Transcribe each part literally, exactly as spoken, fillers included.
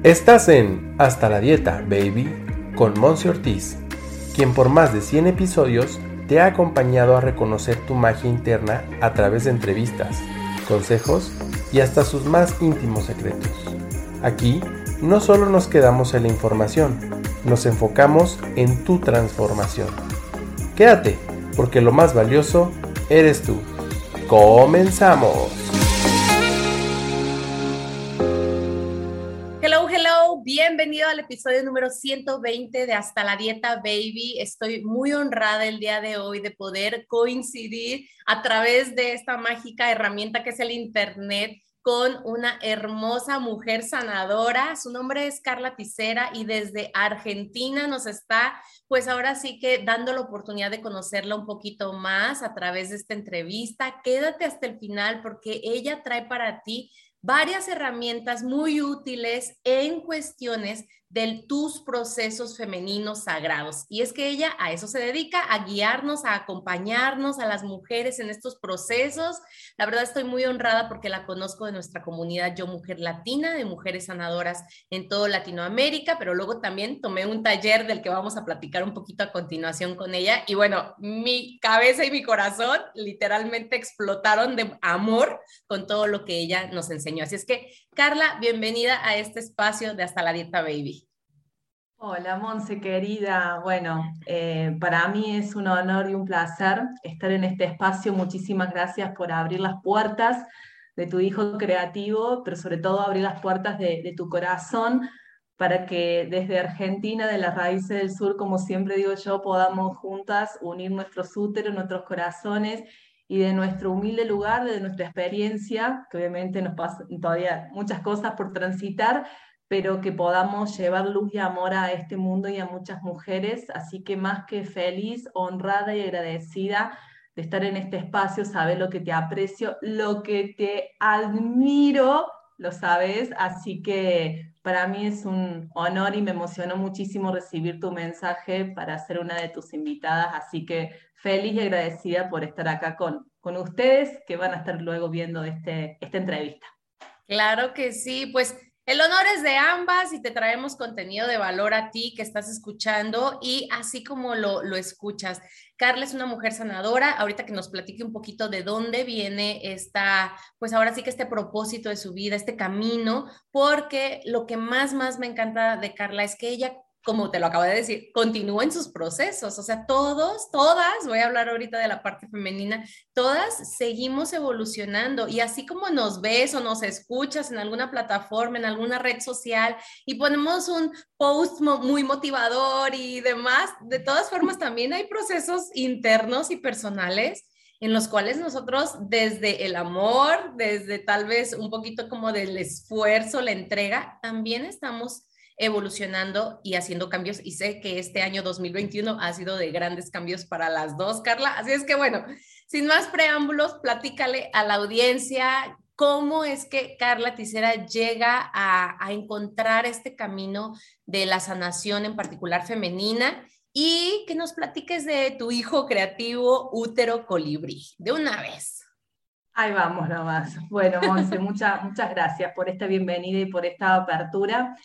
Estás en Hasta la Dieta, Baby, con Monse Ortiz, quien por más de cien episodios te ha acompañado a reconocer tu magia interna a través de entrevistas, consejos y hasta sus más íntimos secretos. Aquí no solo nos quedamos en la información, nos enfocamos en tu transformación. Quédate, porque lo más valioso eres tú. ¡Comenzamos! Hello, hello, bienvenido al episodio número ciento veinte de Hasta la Dieta, Baby. Estoy muy honrada el día de hoy de poder coincidir a través de esta mágica herramienta que es el internet con una hermosa mujer sanadora. Su nombre es Carla Ticera y desde Argentina nos está, pues ahora sí que dando la oportunidad de conocerla un poquito más a través de esta entrevista. Quédate hasta el final porque ella trae para ti varias herramientas muy útiles en cuestiones de tus procesos femeninos sagrados. Y es que ella a eso se dedica, a guiarnos, a acompañarnos a las mujeres en estos procesos. La verdad estoy muy honrada porque la conozco de nuestra comunidad Yo Mujer Latina, de mujeres sanadoras en toda Latinoamérica, pero luego también tomé un taller del que vamos a platicar un poquito a continuación con ella. Y bueno, mi cabeza y mi corazón literalmente explotaron de amor con todo lo que ella nos enseñó. Así es que, Carla, bienvenida a este espacio de Hasta la Dieta, Baby. Hola, Monse, querida. Bueno, eh, para mí es un honor y un placer estar en este espacio. Muchísimas gracias por abrir las puertas de tu hijo creativo, pero sobre todo abrir las puertas de, de tu corazón para que desde Argentina, de las raíces del sur, como siempre digo yo, podamos juntas unir nuestros úteros, nuestros corazones y de nuestro humilde lugar, de nuestra experiencia, que obviamente nos pasan todavía muchas cosas por transitar, pero que podamos llevar luz y amor a este mundo y a muchas mujeres. Así que más que feliz, honrada y agradecida de estar en este espacio, sabes lo que te aprecio, lo que te admiro, lo sabes, así que para mí es un honor y me emocionó muchísimo recibir tu mensaje para ser una de tus invitadas, así que feliz y agradecida por estar acá con, con ustedes, que van a estar luego viendo este, esta entrevista. Claro que sí, pues el honor es de ambas y te traemos contenido de valor a ti que estás escuchando y así como lo, lo escuchas. Carla es una mujer sanadora, ahorita que nos platique un poquito de dónde viene esta, pues ahora sí que este propósito de su vida, este camino, porque lo que más, más me encanta de Carla es que ella, como te lo acabo de decir, continúa en sus procesos, o sea, todos, todas, voy a hablar ahorita de la parte femenina, todas seguimos evolucionando y así como nos ves o nos escuchas en alguna plataforma, en alguna red social y ponemos un post mo- muy motivador y demás, de todas formas también hay procesos internos y personales en los cuales nosotros desde el amor, desde tal vez un poquito como del esfuerzo, la entrega, también estamos evolucionando y haciendo cambios y sé que este año dos mil veintiuno ha sido de grandes cambios para las dos, Carla, así es que bueno, sin más preámbulos, platícale a la audiencia cómo es que Carla Ticera llega a, a encontrar este camino de la sanación, en particular femenina, y que nos platiques de tu hijo creativo, Útero Colibrí, de una vez. Ahí vamos nomás. Bueno, Monse, muchas, muchas gracias por esta bienvenida y por esta apertura.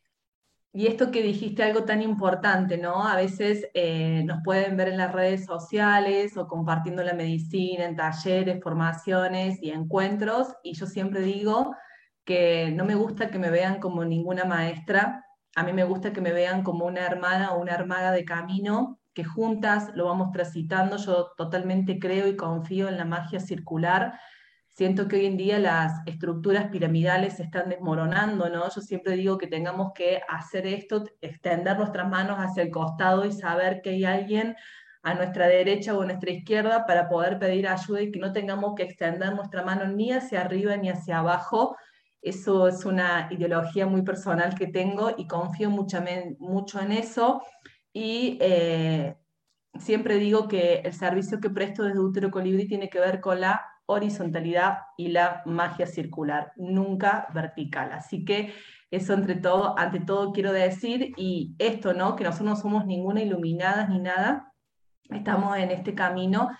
Y esto que dijiste algo tan importante, ¿no? A veces eh, nos pueden ver en las redes sociales o compartiendo la medicina en talleres, formaciones y encuentros, y yo siempre digo que no me gusta que me vean como ninguna maestra, a mí me gusta que me vean como una hermana o una hermana de camino, que juntas lo vamos transitando. Yo totalmente creo y confío en la magia circular. Siento que hoy en día las estructuras piramidales se están desmoronando, ¿no? Yo siempre digo que tengamos que hacer esto, extender nuestras manos hacia el costado y saber que hay alguien a nuestra derecha o a nuestra izquierda para poder pedir ayuda y que no tengamos que extender nuestra mano ni hacia arriba ni hacia abajo. Eso es una ideología muy personal que tengo y confío mucho, mucho en eso. Y eh, siempre digo que el servicio que presto desde Útero Colibrí tiene que ver con la horizontalidad y la magia circular, nunca vertical. Así que eso entre todo, ante todo quiero decir, y esto, ¿no? Que nosotros no somos ninguna iluminadas ni nada, estamos en este camino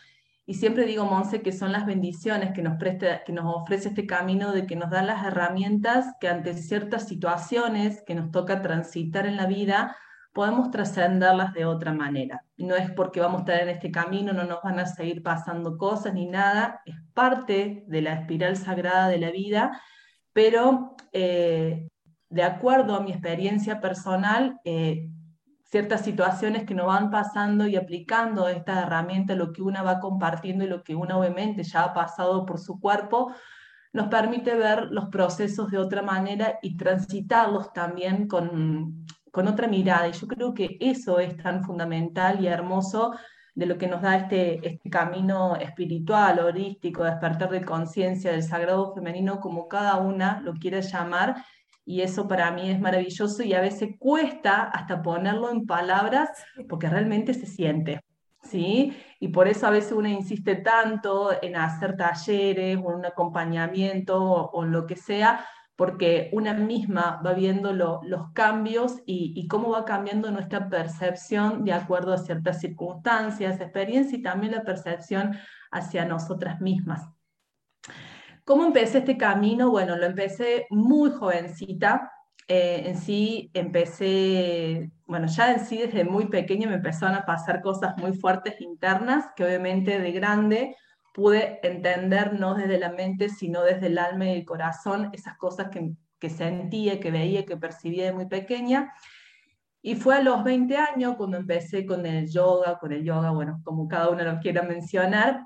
Y siempre digo, Monse, que son las bendiciones que nos, presta, que nos ofrece este camino, de que nos da las herramientas que ante ciertas situaciones que nos toca transitar en la vida, podemos trascenderlas de otra manera. No es porque vamos a estar en este camino, no nos van a seguir pasando cosas ni nada, es parte de la espiral sagrada de la vida, pero eh, de acuerdo a mi experiencia personal, eh, ciertas situaciones que nos van pasando y aplicando esta herramienta, lo que una va compartiendo y lo que una obviamente ya ha pasado por su cuerpo, nos permite ver los procesos de otra manera y transitarlos también con, con otra mirada. Y yo creo que eso es tan fundamental y hermoso de lo que nos da este, este camino espiritual, holístico, despertar de conciencia del sagrado femenino, como cada una lo quiera llamar, y eso para mí es maravilloso y a veces cuesta hasta ponerlo en palabras porque realmente se siente, ¿sí? Y por eso a veces uno insiste tanto en hacer talleres o un acompañamiento o, o lo que sea, porque una misma va viendo lo, los cambios y, y cómo va cambiando nuestra percepción de acuerdo a ciertas circunstancias, experiencias y también la percepción hacia nosotras mismas. ¿Cómo empecé este camino? Bueno, lo empecé muy jovencita. Eh, en sí empecé, bueno, ya en sí desde muy pequeña me empezaron a pasar cosas muy fuertes internas que obviamente de grande pude entender no desde la mente, sino desde el alma y el corazón, esas cosas que, que sentía, que veía, que percibía de muy pequeña. Y fue a los veinte años cuando empecé con el yoga, con el yoga, bueno, como cada uno lo quiera mencionar,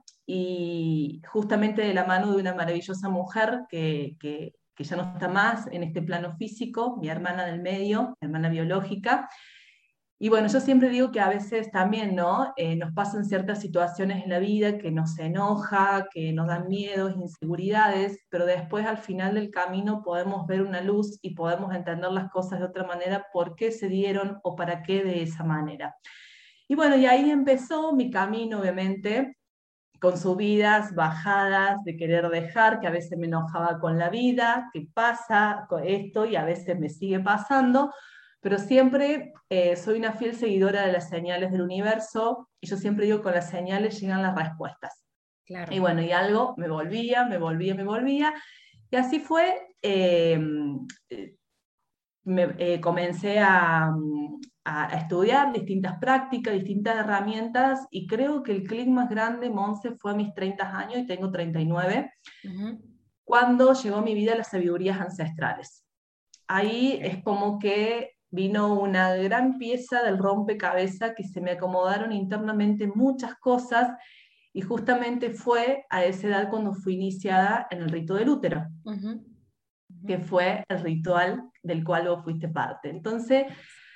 y justamente de la mano de una maravillosa mujer que, que, que ya no está más en este plano físico, mi hermana del medio, mi hermana biológica. Y bueno, yo siempre digo que a veces también, ¿no? Eh, nos pasan ciertas situaciones en la vida que nos enoja, que nos dan miedos, inseguridades, pero después al final del camino podemos ver una luz y podemos entender las cosas de otra manera, por qué se dieron o para qué de esa manera. Y bueno, y ahí empezó mi camino, obviamente, con subidas, bajadas, de querer dejar, que a veces me enojaba con la vida, qué pasa con esto, y a veces me sigue pasando, pero siempre eh, soy una fiel seguidora de las señales del universo, y yo siempre digo, con las señales llegan las respuestas. Claro. Y bueno, y algo me volvía, me volvía, me volvía, y así fue, eh, me, eh, comencé a, a, a estudiar distintas prácticas, distintas herramientas, y creo que el clic más grande, Monse, fue a mis treinta años, y tengo treinta y nueve, uh-huh. Cuando llegó a mi vida las sabidurías ancestrales. Ahí es como que vino una gran pieza del rompecabezas que se me acomodaron internamente muchas cosas, y justamente fue a esa edad cuando fui iniciada en el rito del útero, uh-huh. Uh-huh. Que fue el ritual del cual vos fuiste parte. Entonces,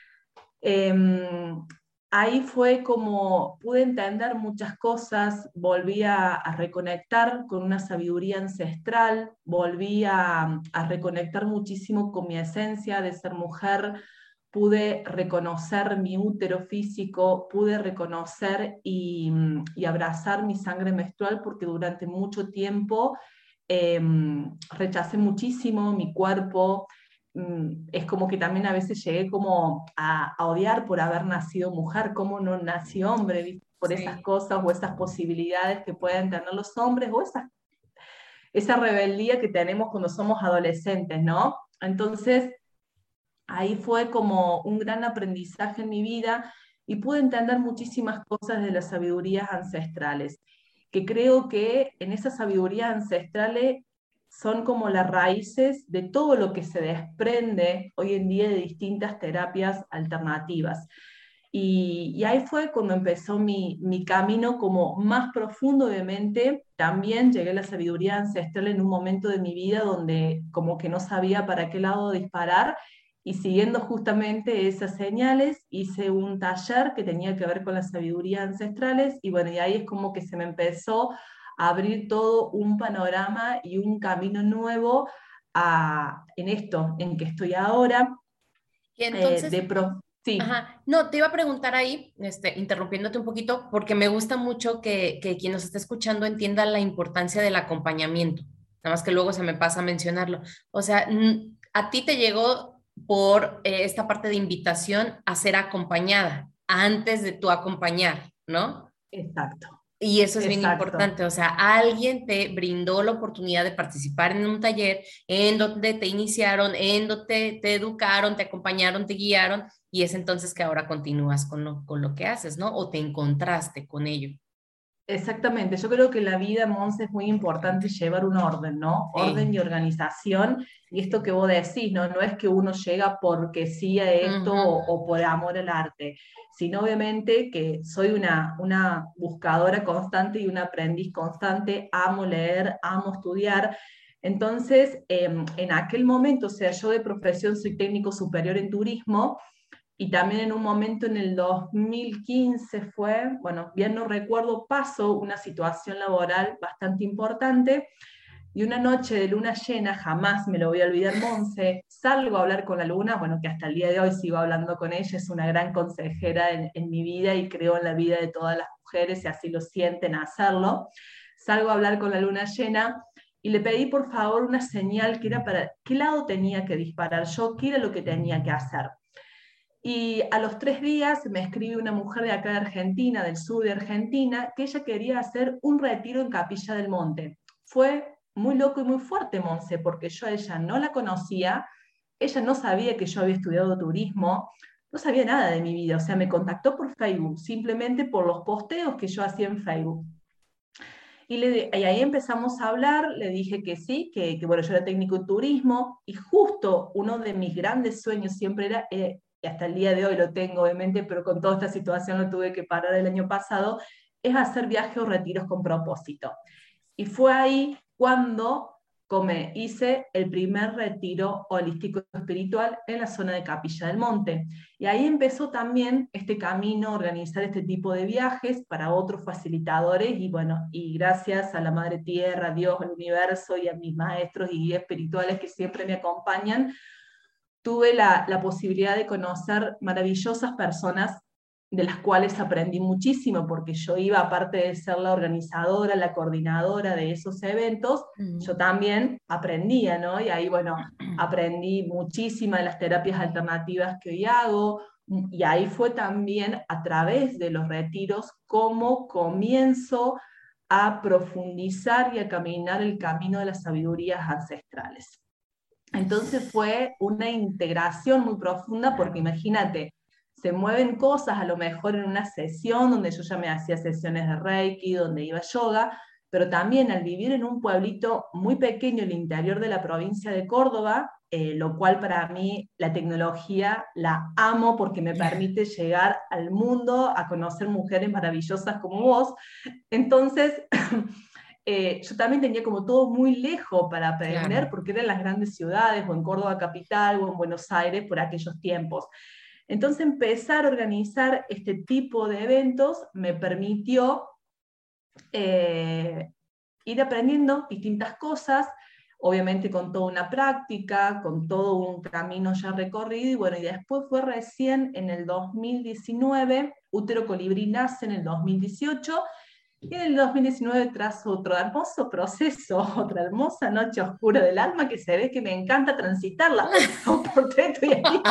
eh, ahí fue como pude entender muchas cosas, volví a, a reconectar con una sabiduría ancestral, volví a, a reconectar muchísimo con mi esencia de ser mujer, pude reconocer mi útero físico, pude reconocer y, y abrazar mi sangre menstrual, porque durante mucho tiempo eh, rechacé muchísimo mi cuerpo. Es como que también a veces llegué como a, a odiar por haber nacido mujer, cómo no nací hombre, ¿viste? Por sí. Esas cosas o esas posibilidades que pueden tener los hombres, o esa, esa rebeldía que tenemos cuando somos adolescentes, ¿no? Entonces, ahí fue como un gran aprendizaje en mi vida, y pude entender muchísimas cosas de las sabidurías ancestrales, que creo que en esas sabidurías ancestrales son como las raíces de todo lo que se desprende hoy en día de distintas terapias alternativas. Y, y ahí fue cuando empezó mi, mi camino como más profundo, obviamente. También llegué a la sabiduría ancestral en un momento de mi vida donde como que no sabía para qué lado disparar, y siguiendo justamente esas señales hice un taller que tenía que ver con las sabidurías ancestrales, y bueno, y ahí es como que se me empezó a abrir todo un panorama y un camino nuevo a, en esto, en que estoy ahora. Y entonces, eh, de pro, sí. Ajá. No, te iba a preguntar ahí, este, interrumpiéndote un poquito, porque me gusta mucho que, que quien nos esté escuchando entienda la importancia del acompañamiento, nada más que luego se me pasa a mencionarlo. O sea, a ti te llegó por eh, esta parte de invitación a ser acompañada antes de tu acompañar, ¿no? Exacto. Y eso es bien Exacto. importante, o sea, alguien te brindó la oportunidad de participar en un taller en donde te iniciaron, en donde te, te educaron, te acompañaron, te guiaron, y es entonces que ahora continúas con lo, con lo que haces, ¿no? O te encontraste con ello. Exactamente, yo creo que en la vida, Monse, es muy importante llevar un orden, ¿no? Orden Sí. y organización, y esto que vos decís, ¿no? No es que uno llega porque sí a esto Ujú. o, o por amor al arte, sino obviamente que soy una, una buscadora constante y una aprendiz constante, amo leer, amo estudiar. Entonces, em, en aquel momento, o sea, yo de profesión soy técnico superior en turismo, y también en un momento en el dos mil quince fue, bueno, bien no recuerdo, pasó una situación laboral bastante importante y una noche de luna llena, jamás me lo voy a olvidar, Monse, salgo a hablar con la luna, bueno, que hasta el día de hoy sigo hablando con ella, es una gran consejera en, en mi vida y creo en la vida de todas las mujeres y así lo sienten hacerlo. Salgo a hablar con la luna llena y le pedí por favor una señal que era para qué lado tenía que disparar yo, qué era lo que tenía que hacer. Y a los tres días me escribe una mujer de acá de Argentina, del sur de Argentina, que ella quería hacer un retiro en Capilla del Monte. Fue muy loco y muy fuerte, Monse, porque yo a ella no la conocía, ella no sabía que yo había estudiado turismo, no sabía nada de mi vida, o sea, me contactó por Facebook, simplemente por los posteos que yo hacía en Facebook. Y, le, y ahí empezamos a hablar, le dije que sí, que, que bueno, yo era técnico en turismo, y justo uno de mis grandes sueños siempre era, eh, y hasta el día de hoy lo tengo obviamente, pero con toda esta situación lo tuve que parar el año pasado, es hacer viajes o retiros con propósito. Y fue ahí cuando come, hice el primer retiro holístico espiritual en la zona de Capilla del Monte. Y ahí empezó también este camino, organizar este tipo de viajes para otros facilitadores y bueno, y gracias a la Madre Tierra, a Dios, al universo y a mis maestros y guías espirituales que siempre me acompañan, tuve la, la posibilidad de conocer maravillosas personas de las cuales aprendí muchísimo, porque yo iba, aparte de ser la organizadora, la coordinadora de esos eventos, Ujú. yo también aprendía, ¿no? Y ahí, bueno, aprendí muchísimas de las terapias alternativas que hoy hago, y ahí fue también a través de los retiros cómo comienzo a profundizar y a caminar el camino de las sabidurías ancestrales. Entonces fue una integración muy profunda porque imagínate, se mueven cosas a lo mejor en una sesión donde yo ya me hacía sesiones de Reiki, donde iba yoga, pero también al vivir en un pueblito muy pequeño en el interior de la provincia de Córdoba, eh, lo cual para mí la tecnología la amo porque me permite llegar al mundo a conocer mujeres maravillosas como vos. Entonces, eh, yo también tenía como todo muy lejos para aprender, Claro. porque eran las grandes ciudades, o en Córdoba capital, o en Buenos Aires, por aquellos tiempos. Entonces, empezar a organizar este tipo de eventos me permitió eh, ir aprendiendo distintas cosas, obviamente con toda una práctica, con todo un camino ya recorrido, y bueno, y después fue recién en el dos mil diecinueve, Útero Colibrí nace en el dos mil dieciocho, y en el dos mil diecinueve, tras otro hermoso proceso, otra hermosa noche oscura del alma, que se ve que me encanta transitarla, porque por qué estoy ahí.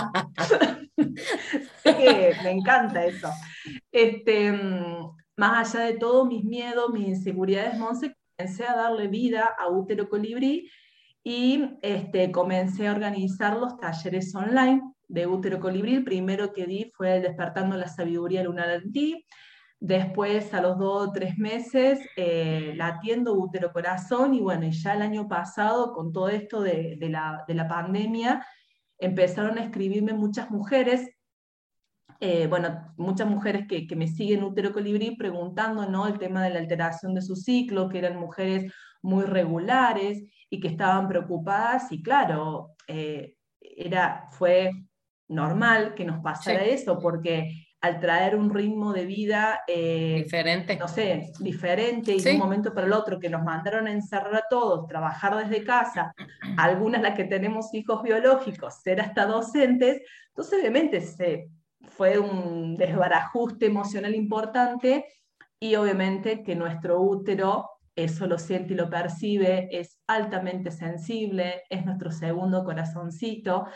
Sé que me encanta eso. Este, mm, más allá de todos mis miedos, mis inseguridades, Monse, comencé a darle vida a Útero Colibrí y este, comencé a organizar los talleres online de Útero Colibrí. El primero que di fue el Despertando la Sabiduría Lunar en Ti. Después, a los dos o tres meses, eh, la atiendo Útero Corazón y bueno, y ya el año pasado, con todo esto de, de, la, de la pandemia, empezaron a escribirme muchas mujeres, eh, bueno, muchas mujeres que, que me siguen Útero Colibrí preguntando, ¿no? El tema de la alteración de su ciclo, que eran mujeres muy regulares y que estaban preocupadas y claro, eh, era, fue normal que nos pasara Sí, eso porque al traer un ritmo de vida, eh, no diferente. sé, diferente y de un Sí. momento para el otro, que nos mandaron a encerrar a todos, trabajar desde casa, algunas las que tenemos hijos biológicos, ser hasta docentes, entonces obviamente se, fue un desbarajuste emocional importante y obviamente que nuestro útero eso lo siente y lo percibe, es altamente sensible, es nuestro segundo corazoncito.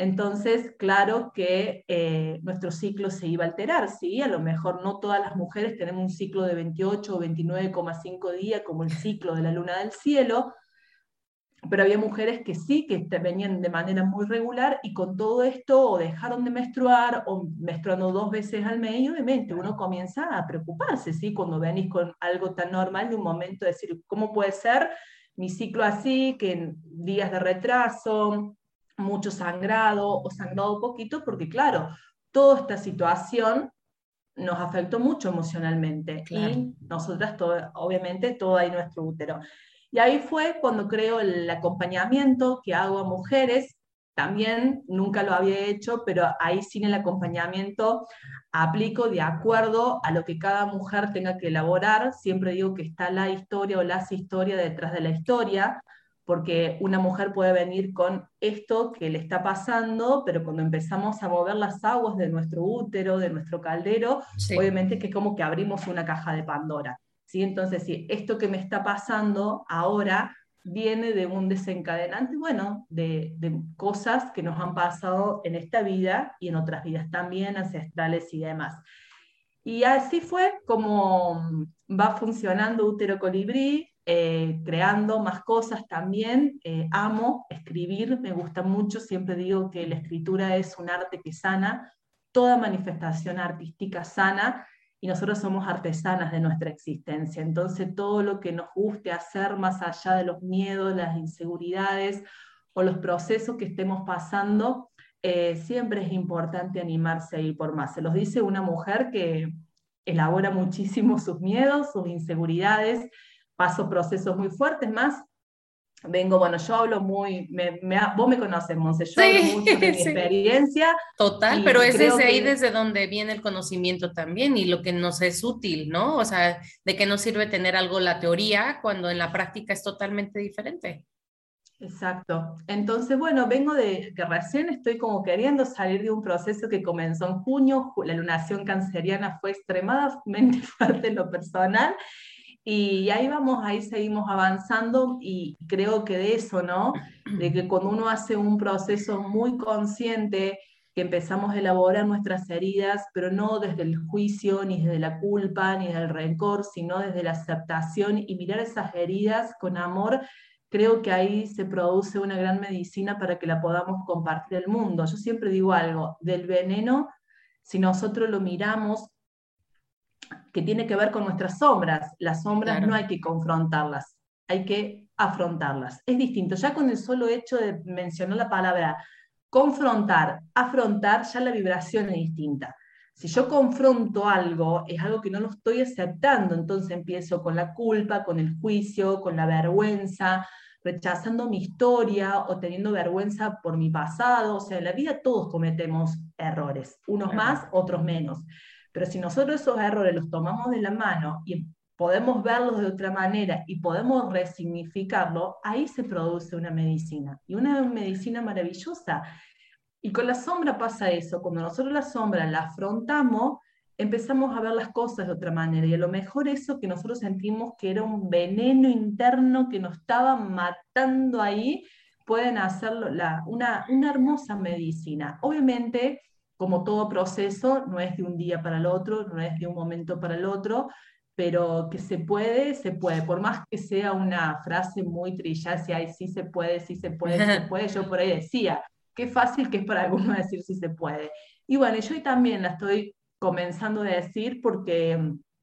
Entonces, claro que eh, nuestro ciclo se iba a alterar, ¿sí? A lo mejor no todas las mujeres tenemos un ciclo de veintiocho o veintinueve coma cinco días como el ciclo de la luna del cielo, pero había mujeres que sí, que venían de manera muy regular y con todo esto o dejaron de menstruar o menstruando dos veces al mes y obviamente uno comienza a preocuparse, ¿sí? Cuando venís con algo tan normal de un momento, decir, ¿cómo puede ser mi ciclo así, que en días de retraso, mucho sangrado o sangrado poquito? Porque claro, toda esta situación nos afectó mucho emocionalmente Claro. y nosotras, todo, obviamente, todo ahí nuestro útero. Y ahí fue cuando creo el acompañamiento que hago a mujeres, también nunca lo había hecho, pero ahí sin el acompañamiento aplico de acuerdo a lo que cada mujer tenga que elaborar. Siempre digo que está la historia o las historias detrás de la historia, porque una mujer puede venir con esto que le está pasando, pero cuando empezamos a mover las aguas de nuestro útero, de nuestro caldero, Sí. obviamente que es como que abrimos una caja de Pandora. ¿Sí? Entonces, si esto que me está pasando ahora viene de un desencadenante, bueno, de, de cosas que nos han pasado en esta vida y en otras vidas también, ancestrales y demás. Y así fue como va funcionando Útero Colibrí, eh, creando más cosas también. Eh, amo escribir, me gusta mucho, siempre digo que la escritura es un arte que sana, toda manifestación artística sana, y nosotros somos artesanas de nuestra existencia. Entonces, todo lo que nos guste hacer más allá de los miedos, las inseguridades o los procesos que estemos pasando, eh, siempre es importante animarse a ir por más. Se los dice una mujer que elabora muchísimo sus miedos, sus inseguridades, paso procesos muy fuertes más. Vengo, bueno, yo hablo muy, me, me, vos me conoces, Monse, yo Sí, hablo mucho de mi sí. experiencia. Total, Y, pero y es creo desde ahí que desde donde viene el conocimiento también y lo que nos es útil, ¿no? O sea, de qué nos sirve tener algo la teoría cuando en la práctica es totalmente diferente. exacto. Entonces, bueno, vengo de que recién estoy como queriendo salir de un proceso que comenzó en junio. La lunación canceriana fue extremadamente fuerte en lo personal y ahí vamos, ahí seguimos avanzando y creo que de eso, ¿no? De que cuando uno hace un proceso muy consciente, que empezamos a elaborar nuestras heridas, pero no desde el juicio, ni desde la culpa, ni del rencor, sino desde la aceptación y mirar esas heridas con amor, creo que ahí se produce una gran medicina para que la podamos compartir al mundo. Yo siempre digo algo, del veneno, si nosotros lo miramos, que tiene que ver con nuestras sombras, las sombras no Claro. hay que confrontarlas, hay que afrontarlas. Es distinto, ya con el solo hecho de mencionar la palabra confrontar, afrontar, ya la vibración es distinta. Si yo confronto algo, es algo que no lo estoy aceptando, entonces empiezo con la culpa, con el juicio, con la vergüenza, rechazando mi historia o teniendo vergüenza por mi pasado. O sea, en la vida todos cometemos errores, unos Claro. más, otros menos. Pero si nosotros esos errores los tomamos de la mano y podemos verlos de otra manera y podemos resignificarlo, ahí se produce una medicina, y una medicina maravillosa. Y con la sombra pasa eso, cuando nosotros la sombra la afrontamos, empezamos a ver las cosas de otra manera, y a lo mejor eso que nosotros sentimos que era un veneno interno que nos estaba matando ahí, pueden hacerlo la, una, una hermosa medicina. Obviamente, como todo proceso, no es de un día para el otro, no es de un momento para el otro, pero que se puede, se puede. Por más que sea una frase muy trillada, si hay sí se puede, sí se puede, sí se puede, yo por ahí decía, qué fácil que es para algunos decir si se puede. Y bueno, yo hoy también la estoy comenzando a decir porque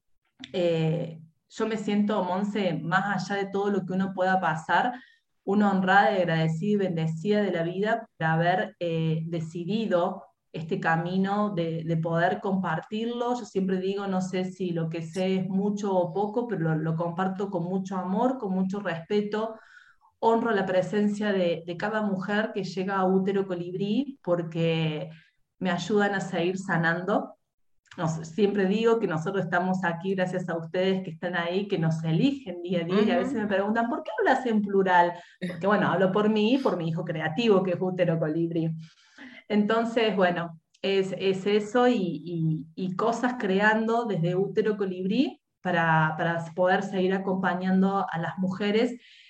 eh, yo me siento, Monse, más allá de todo lo que uno pueda pasar, una honrada y agradecida y bendecida de la vida por haber eh, decidido este camino de, de, poder compartirlo. Yo siempre digo, no sé si lo que sé es mucho o poco, pero lo, lo comparto con mucho amor, con mucho respeto. Honro la presencia de, de cada mujer que llega a Útero Colibrí porque me ayudan a seguir sanando. Nos, siempre digo que nosotros estamos aquí gracias a ustedes que están ahí, que nos eligen día a día, y a veces Uh-huh. me preguntan, ¿por qué no lo hacen en plural? Porque bueno, hablo por mí y por mi hijo creativo, que es Útero Colibrí. Entonces, bueno, es, es eso y, y, y cosas creando desde Útero Colibrí para, para poder seguir acompañando a las mujeres.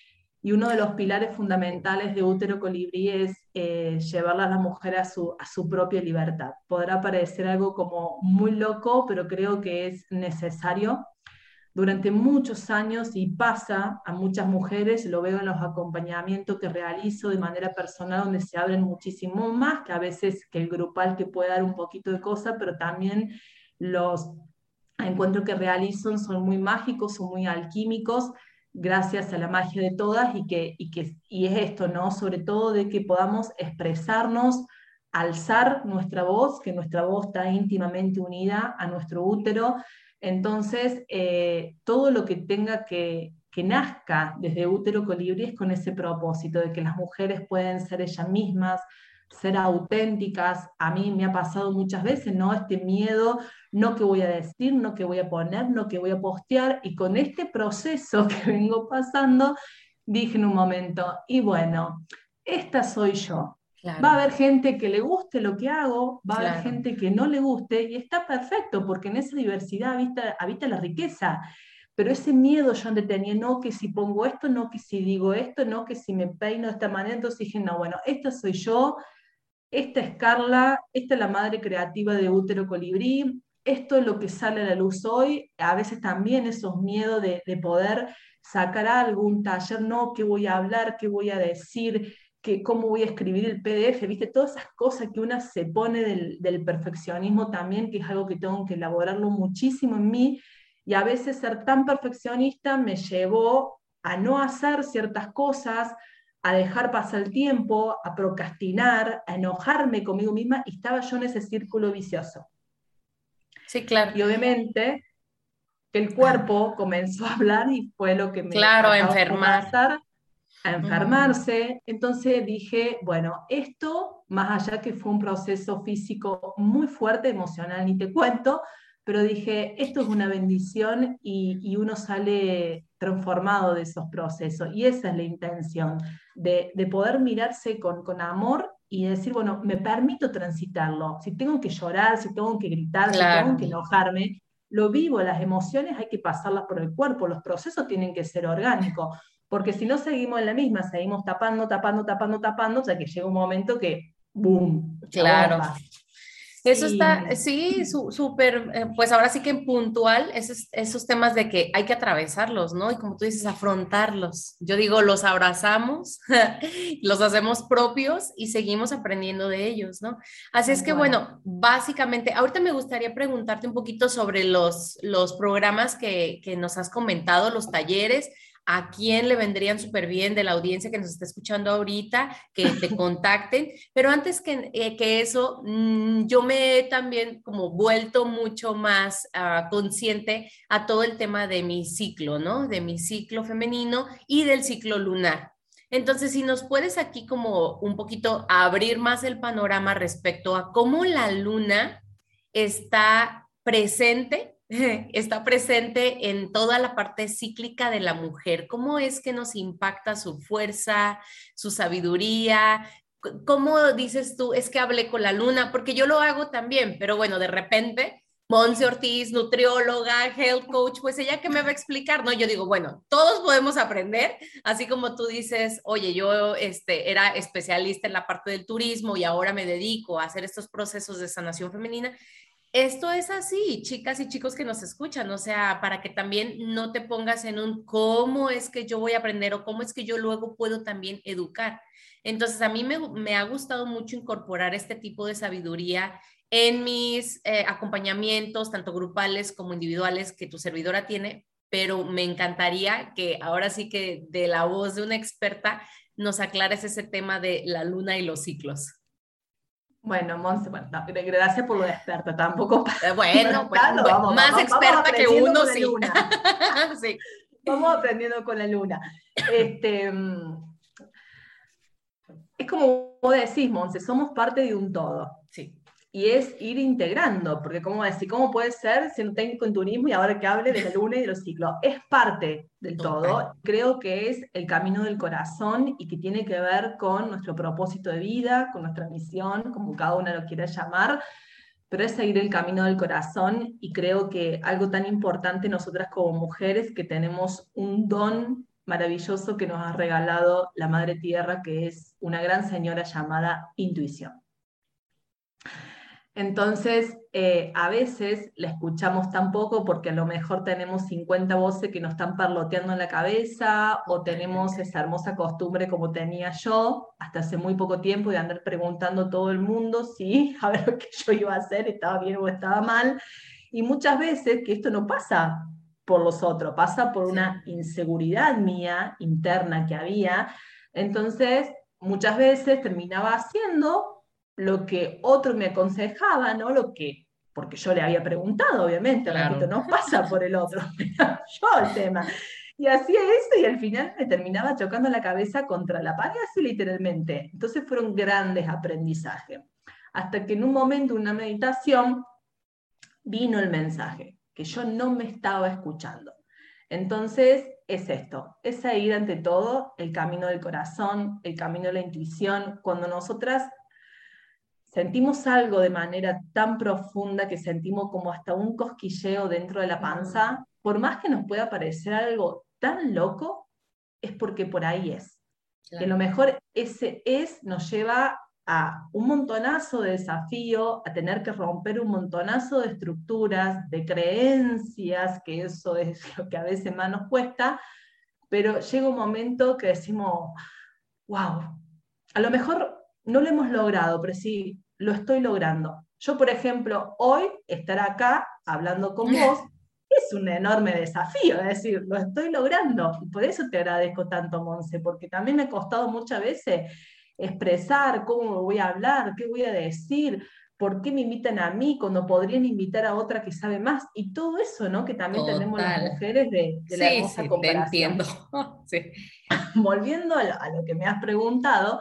y uno de los pilares fundamentales de Útero Colibrí es eh, llevarla a la mujer a su, a su propia libertad. Podrá parecer algo como muy loco, pero creo que es necesario. Durante muchos años, y pasa a muchas mujeres, lo veo en los acompañamientos que realizo de manera personal, donde se abren muchísimo más, que a veces que el grupal que puede dar un poquito de cosa, pero también los encuentros que realizo son muy mágicos, son muy alquímicos, gracias a la magia de todas, y, que, y, que, y es esto, ¿no? Sobre todo de que podamos expresarnos, alzar nuestra voz, que nuestra voz está íntimamente unida a nuestro útero. Entonces, eh, todo lo que tenga que, que nazca desde Útero Colibrí es con ese propósito de que las mujeres pueden ser ellas mismas, ser auténticas. A mí me ha pasado muchas veces, ¿no? Este miedo, no qué voy a decir, no qué voy a poner, no qué voy a postear, y con este proceso que vengo pasando, dije en un momento, y bueno, esta soy yo. Claro. Va a haber gente que le guste lo que hago, va a haber Claro. gente que no le guste, y está perfecto, porque en esa diversidad habita, habita la riqueza. Pero ese miedo yo antes tenía, no que si pongo esto, no que si digo esto, no que si me peino de esta manera, entonces dije, no, bueno, esta soy yo, esta es Carla, esta es la madre creativa de Útero Colibrí, esto es lo que sale a la luz hoy. A veces también esos miedos de, de poder sacar algún taller, no, qué voy a hablar, qué voy a decir, que cómo voy a escribir el P D F, ¿viste? Todas esas cosas que una se pone del, del perfeccionismo también, que es algo que tengo que elaborarlo muchísimo en mí, y a veces ser tan perfeccionista me llevó a no hacer ciertas cosas, a dejar pasar el tiempo, a procrastinar, a enojarme conmigo misma, y estaba yo en ese círculo vicioso. Sí, claro. Y obviamente el cuerpo comenzó a hablar, y fue lo que me Claro, acaba de enfermar. pasar, a enfermarse. Entonces dije, bueno, esto, más allá que fue un proceso físico muy fuerte, emocional, ni te cuento, pero dije, esto es una bendición, y, y uno sale transformado de esos procesos. Y esa es la intención, de, de poder mirarse con, con amor y decir, bueno, me permito transitarlo. Si tengo que llorar, si tengo que gritar, si tengo Claro. que enojarme, lo vivo. Las emociones hay que pasarlas por el cuerpo, los procesos tienen que ser orgánicos, porque si no seguimos en la misma, seguimos tapando, tapando, tapando, tapando, o sea que llega un momento que, ¡boom!, la Claro. bomba. Eso Y, está, sí, súper, eh, pues ahora sí que en puntual, esos, esos temas de que hay que atravesarlos, ¿no? Y como tú dices, afrontarlos. Yo digo, los abrazamos, los hacemos propios y seguimos aprendiendo de ellos, ¿no? Así es que, bueno, básicamente, ahorita me gustaría preguntarte un poquito sobre los, los programas que, que nos has comentado, los talleres. ¿A quién le vendrían súper bien de la audiencia que nos está escuchando ahorita, que te contacten? Pero antes que, eh, que eso, mmm, yo me he también como vuelto mucho más uh, consciente a todo el tema de mi ciclo, ¿no? De mi ciclo femenino y del ciclo lunar. Entonces, si nos puedes aquí como un poquito abrir más el panorama respecto a cómo la luna está presente, está presente en toda la parte cíclica de la mujer. ¿Cómo es que nos impacta su fuerza, su sabiduría? ¿Cómo dices tú, es que hablé con la luna? Porque yo lo hago también, pero bueno, de repente, Monse Ortiz, nutrióloga, health coach, pues ella que me va a explicar, ¿no? Yo digo, bueno, todos podemos aprender, así como tú dices, oye, yo este, era especialista en la parte del turismo y ahora me dedico a hacer estos procesos de sanación femenina. Esto es así, chicas y chicos que nos escuchan, o sea, para que también no te pongas en un cómo es que yo voy a aprender o cómo es que yo luego puedo también educar. Entonces, a mí me, me ha gustado mucho incorporar este tipo de sabiduría en mis eh, acompañamientos, tanto grupales como individuales, que tu servidora tiene, pero me encantaría que ahora sí que de la voz de una experta nos aclares ese tema de la luna y los ciclos. Bueno, Monse, bueno, no, gracias por lo de experta, tampoco para, bueno, pues, tanto, vamos, más vamos, experta vamos que uno, con sí. La luna. Sí. Vamos aprendiendo con la luna. Este, es como vos decís, Monse, somos parte de un todo. Sí. Y es ir integrando, porque como decir, ¿cómo puede ser siendo técnico en turismo y ahora que hable de la luna y de los ciclos? Es parte del Total. todo. Creo que es el camino del corazón y que tiene que ver con nuestro propósito de vida, con nuestra misión, como cada una lo quiera llamar, pero es seguir el camino del corazón. Y creo que algo tan importante nosotras como mujeres, que tenemos un don maravilloso que nos ha regalado la Madre Tierra, que es una gran señora llamada intuición. Entonces, eh, a veces la escuchamos tan poco porque a lo mejor tenemos cincuenta voces que nos están parloteando en la cabeza, o tenemos esa hermosa costumbre como tenía yo hasta hace muy poco tiempo de andar preguntando a todo el mundo si a ver lo que yo iba a hacer estaba bien o estaba mal, y muchas veces que esto no pasa por los otros, pasa por una inseguridad mía interna que había. Entonces muchas veces terminaba haciendo lo que otro me aconsejaba, ¿no? Lo que, porque yo le había preguntado, obviamente, Claro. repito, no pasa por el otro, era yo el tema. Y hacía eso y al final me terminaba chocando la cabeza contra la pared, así literalmente. Entonces fueron grandes aprendizajes. Hasta que en un momento, una meditación, vino el mensaje, que yo no me estaba escuchando. Entonces, es esto, es seguir ante todo el camino del corazón, el camino de la intuición. Cuando nosotras sentimos algo de manera tan profunda que sentimos como hasta un cosquilleo dentro de la panza, por más que nos pueda parecer algo tan loco, es porque por ahí es. Claro. Y a lo mejor ese es nos lleva a un montonazo de desafío, a tener que romper un montonazo de estructuras, de creencias, que eso es lo que a veces más nos cuesta, pero llega un momento que decimos, wow, a lo mejor no lo hemos logrado, pero sí, lo estoy logrando. Yo, por ejemplo, hoy estar acá hablando con vos es un enorme desafío, es decir, lo estoy logrando. Y por eso te agradezco tanto, Monse, porque también me ha costado muchas veces expresar cómo voy a hablar, qué voy a decir, por qué me invitan a mí cuando podrían invitar a otra que sabe más, y todo eso, ¿no? Que también Total. Tenemos las mujeres de, de la sí, hermosa sí, comparación. Te entiendo. Sí. Volviendo a lo, a lo que me has preguntado,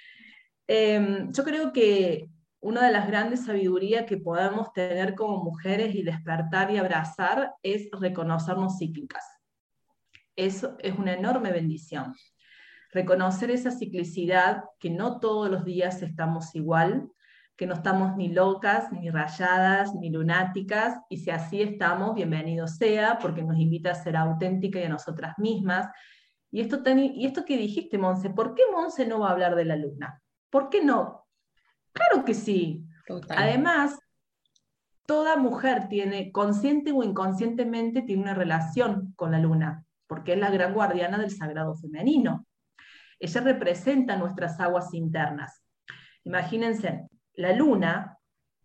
eh, yo creo que una de las grandes sabidurías que podemos tener como mujeres y despertar y abrazar es reconocernos cíclicas. Eso es una enorme bendición. Reconocer esa ciclicidad, que no todos los días estamos igual, que no estamos ni locas, ni rayadas, ni lunáticas, y si así estamos, bienvenido sea, porque nos invita a ser auténticas y a nosotras mismas. Y esto, y esto que dijiste, Monse, ¿por qué Monse no va a hablar de la luna? ¿Por qué no? Claro que sí. Total. Además, toda mujer tiene, consciente o inconscientemente, tiene una relación con la luna, porque es la gran guardiana del sagrado femenino. Ella representa nuestras aguas internas. Imagínense, la luna,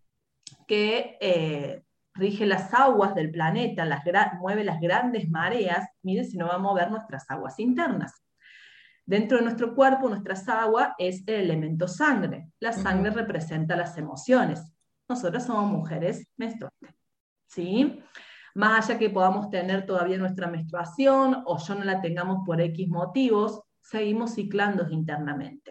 que eh, rige las aguas del planeta, las mueve las grandes mareas, mire si no va a mover nuestras aguas internas. Dentro de nuestro cuerpo, nuestras aguas es el elemento sangre. La sangre uh-huh. representa las emociones. Nosotras somos mujeres menstruantes, ¿sí? Más allá que podamos tener todavía nuestra menstruación o yo no la tengamos por X motivos, seguimos ciclando internamente.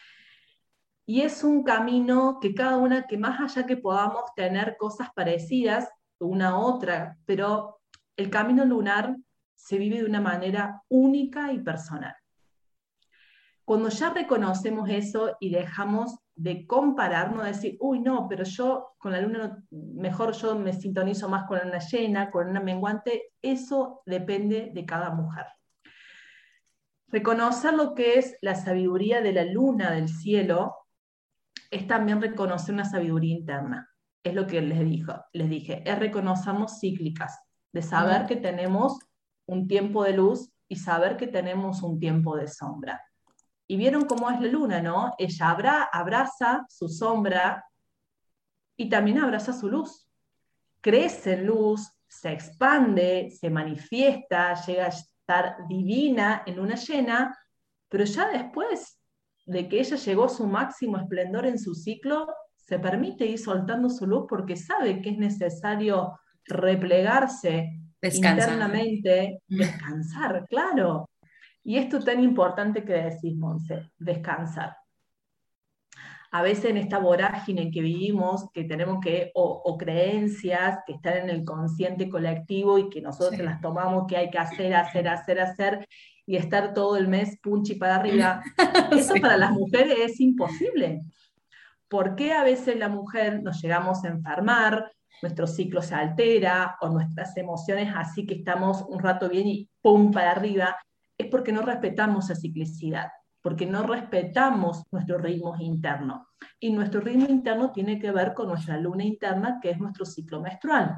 Y es un camino que cada una, que más allá que podamos tener cosas parecidas una a otra, pero el camino lunar se vive de una manera única y personal. Cuando ya reconocemos eso y dejamos de compararnos, de decir, uy, no, pero yo con la luna, no, mejor yo me sintonizo más con la luna llena, con la luna menguante, eso depende de cada mujer. Reconocer lo que es la sabiduría de la luna del cielo es también reconocer una sabiduría interna. Es lo que les, dijo, les dije, es reconocernos cíclicas, de saber que tenemos un tiempo de luz y saber que tenemos un tiempo de sombra. Y vieron cómo es la luna, ¿no? Ella abra, abraza su sombra y también abraza su luz. Crece en luz, se expande, se manifiesta, llega a estar divina en luna llena, pero ya después de que ella llegó a su máximo esplendor en su ciclo, se permite ir soltando su luz porque sabe que es necesario replegarse descansar. Internamente, descansar, claro. Y esto tan importante que decís, Monse, descansar. A veces en esta vorágine en que vivimos, que tenemos que, o, o creencias que están en el consciente colectivo y que nosotros sí. las tomamos, que hay que hacer, hacer, hacer, hacer, y estar todo el mes punchi para arriba, eso sí. para las mujeres es imposible. ¿Por qué a veces la mujer nos llegamos a enfermar, nuestro ciclo se altera, o nuestras emociones así que estamos un rato bien y pum para arriba? es porque no respetamos esa ciclicidad, porque no respetamos nuestros ritmos internos. Y nuestro ritmo interno tiene que ver con nuestra luna interna, que es nuestro ciclo menstrual.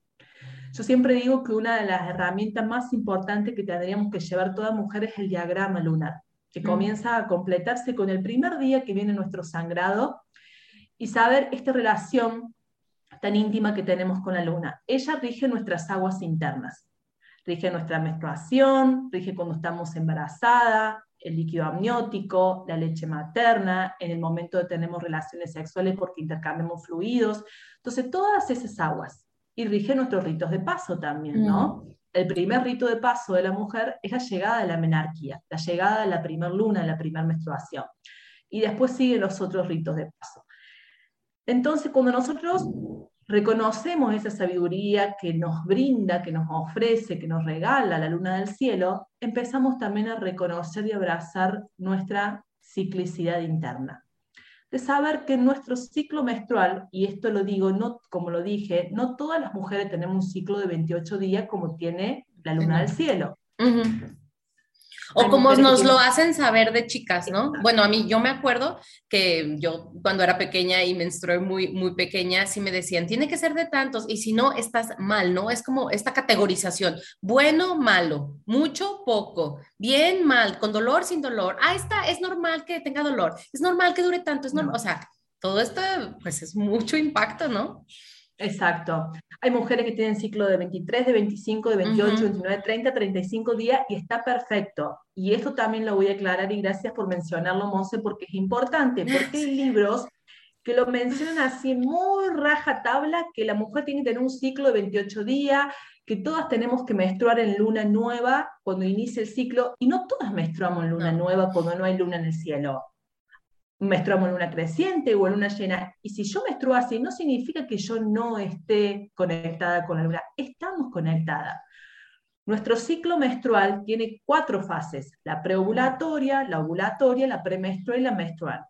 Yo siempre digo que una de las herramientas más importantes que tendríamos que llevar toda mujer es el diagrama lunar, que mm. comienza a completarse con el primer día que viene nuestro sangrado, y saber esta relación tan íntima que tenemos con la luna. Ella rige nuestras aguas internas, rige nuestra menstruación, rige cuando estamos embarazadas, el líquido amniótico, la leche materna, en el momento de tenemos relaciones sexuales porque intercambiamos fluidos. Entonces, todas esas aguas. Y rige nuestros ritos de paso también, ¿no? Mm. El primer rito de paso de la mujer es la llegada de la menarquía, la llegada de la primer luna, de la primera menstruación. Y después siguen los otros ritos de paso. Entonces, cuando nosotros reconocemos esa sabiduría que nos brinda, que nos ofrece, que nos regala la luna del cielo, empezamos también a reconocer y abrazar nuestra ciclicidad interna. De saber que nuestro ciclo menstrual, y esto lo digo, no, como lo dije, no todas las mujeres tenemos un ciclo de veintiocho días como tiene la luna del cielo. Uh-huh. O como nos tienen... lo hacen saber de chicas, ¿no? Exacto. Bueno, a mí, yo me acuerdo que yo cuando era pequeña y menstrué muy, muy pequeña, sí me decían, tiene que ser de tantos, y si no, estás mal, ¿no? Es como esta categorización, bueno, malo, mucho, poco, bien, mal, con dolor, sin dolor, ah, está, es normal que tenga dolor, es normal que dure tanto, es normal, no. O sea, todo esto, pues es mucho impacto, ¿no? Exacto. Hay mujeres que tienen ciclo de veintitrés, de veinticinco, de veintiocho, uh-huh. veintinueve, treinta, treinta y cinco días y está perfecto. Y esto también lo voy a aclarar y gracias por mencionarlo, Monse, porque es importante, porque hay libros que lo mencionan así muy raja tabla, que la mujer tiene que tener un ciclo de veintiocho días, que todas tenemos que menstruar en luna nueva cuando inicia el ciclo, y no todas menstruamos en luna no. nueva cuando no hay luna en el cielo. Menstruamos en luna creciente o en luna llena, y si yo menstruo así, no significa que yo no esté conectada con la luna, estamos conectadas. Nuestro ciclo menstrual tiene cuatro fases, la preovulatoria, la ovulatoria, la premenstrual y la menstrual.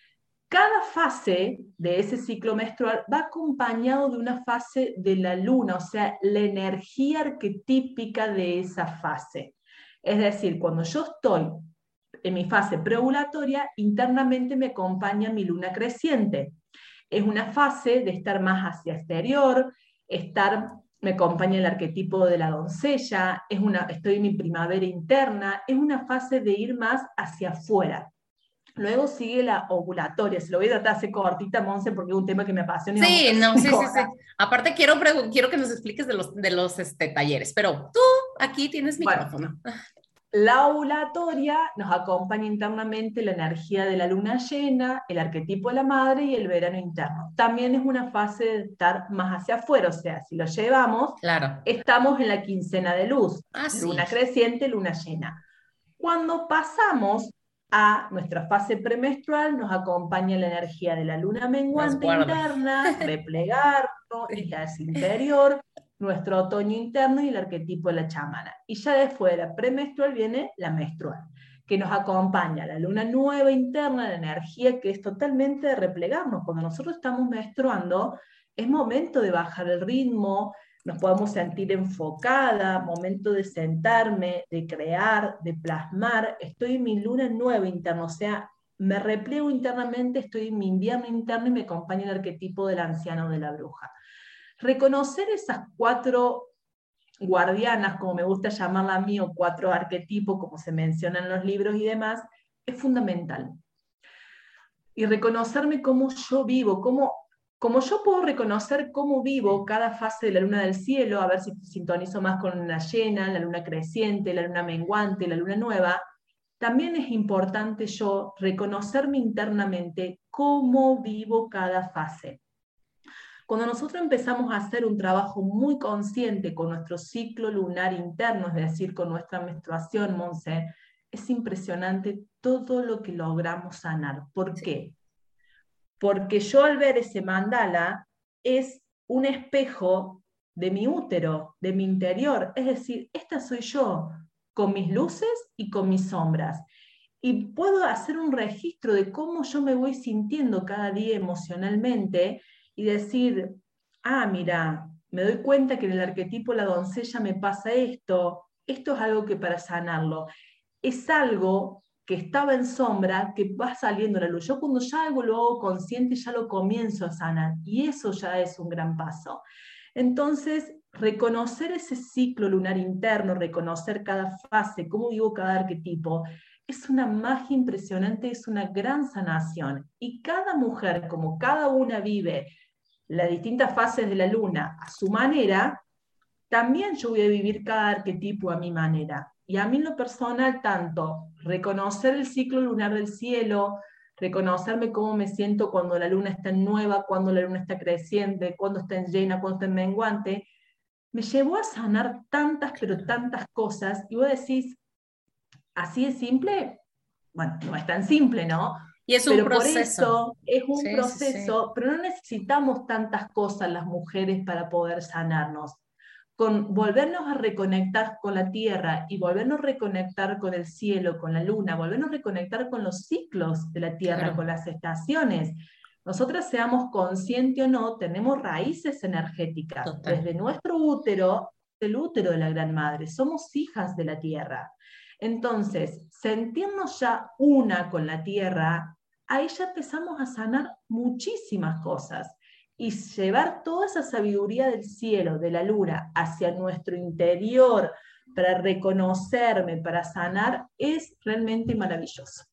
Cada fase de ese ciclo menstrual va acompañado de una fase de la luna, o sea, la energía arquetípica de esa fase. Es decir, cuando yo estoy en mi fase preovulatoria, internamente me acompaña mi luna creciente. Es una fase de estar más hacia exterior, estar, me acompaña el arquetipo de la doncella, es una, estoy en mi primavera interna, es una fase de ir más hacia afuera. Luego sigue la ovulatoria, se lo voy a tratar de hacer cortita, Monse, porque es un tema que me apasiona. Sí, no, sí, sí, sí. Aparte quiero, quiero que nos expliques de los, de los este, talleres, pero tú aquí tienes micrófono. Bueno, la ovulatoria nos acompaña internamente la energía de la luna llena, el arquetipo de la madre y el verano interno. También es una fase de estar más hacia afuera, o sea, si lo llevamos, claro. Estamos en la quincena de luz, ah, luna sí. creciente, luna llena. Cuando pasamos a nuestra fase premenstrual, nos acompaña la energía de la luna menguante interna, replegarnos, sí. Y hacia interior, nuestro otoño interno y el arquetipo de la chamana. Y ya después de la premenstrual viene la menstrual, que nos acompaña la luna nueva interna, la energía que es totalmente de replegarnos. Cuando nosotros estamos menstruando, es momento de bajar el ritmo, nos podemos sentir enfocada, momento de sentarme, de crear, de plasmar. Estoy en mi luna nueva interna, o sea, me repliego internamente, estoy en mi invierno interno y me acompaña el arquetipo del anciano o de la bruja. Reconocer esas cuatro guardianas, como me gusta llamarla a mí, o cuatro arquetipos, como se menciona en los libros y demás, es fundamental. Y reconocerme cómo yo vivo, cómo, como yo puedo reconocer cómo vivo cada fase de la luna del cielo, a ver si sintonizo más con la luna llena, la luna creciente, la luna menguante, la luna nueva, también es importante yo reconocerme internamente cómo vivo cada fase. Cuando nosotros empezamos a hacer un trabajo muy consciente con nuestro ciclo lunar interno, es decir, con nuestra menstruación, Monse, es impresionante todo lo que logramos sanar. ¿Por qué? Porque yo al ver ese mandala es un espejo de mi útero, de mi interior. Es decir, esta soy yo, con mis luces y con mis sombras. Y puedo hacer un registro de cómo yo me voy sintiendo cada día emocionalmente y decir, ah, mira, me doy cuenta que en el arquetipo de la doncella me pasa esto, esto es algo que para sanarlo. es algo que estaba en sombra, que va saliendo a la luz. Yo cuando ya algo lo hago consciente, ya lo comienzo a sanar, y eso ya es un gran paso. Entonces, reconocer ese ciclo lunar interno, reconocer cada fase, cómo vivo cada arquetipo, es una magia impresionante, es una gran sanación. Y cada mujer, como cada una vive las distintas fases de la luna a su manera, también yo voy a vivir cada arquetipo a mi manera. Y a mí en lo personal, tanto reconocer el ciclo lunar del cielo, reconocerme cómo me siento cuando la luna está en nueva, cuando la luna está creciente, cuando está en llena, cuando está en menguante, me llevó a sanar tantas, pero tantas cosas. Y vos decís, ¿así de simple? Bueno, no es tan simple, ¿no? Y es un Pero por proceso. eso es un Sí, sí, sí. proceso, pero no necesitamos tantas cosas las mujeres para poder sanarnos. Con volvernos a reconectar con la tierra y volvernos a reconectar con el cielo, con la luna, volvernos a reconectar con los ciclos de la tierra, Claro. con las estaciones. Nosotras, seamos conscientes o no, tenemos raíces energéticas Total. desde nuestro útero, el útero de la Gran Madre. Somos hijas de la tierra. Entonces, sentirnos ya una con la tierra, ahí ya empezamos a sanar muchísimas cosas. Y llevar toda esa sabiduría del cielo, de la luna, hacia nuestro interior, para reconocerme, para sanar, es realmente maravilloso.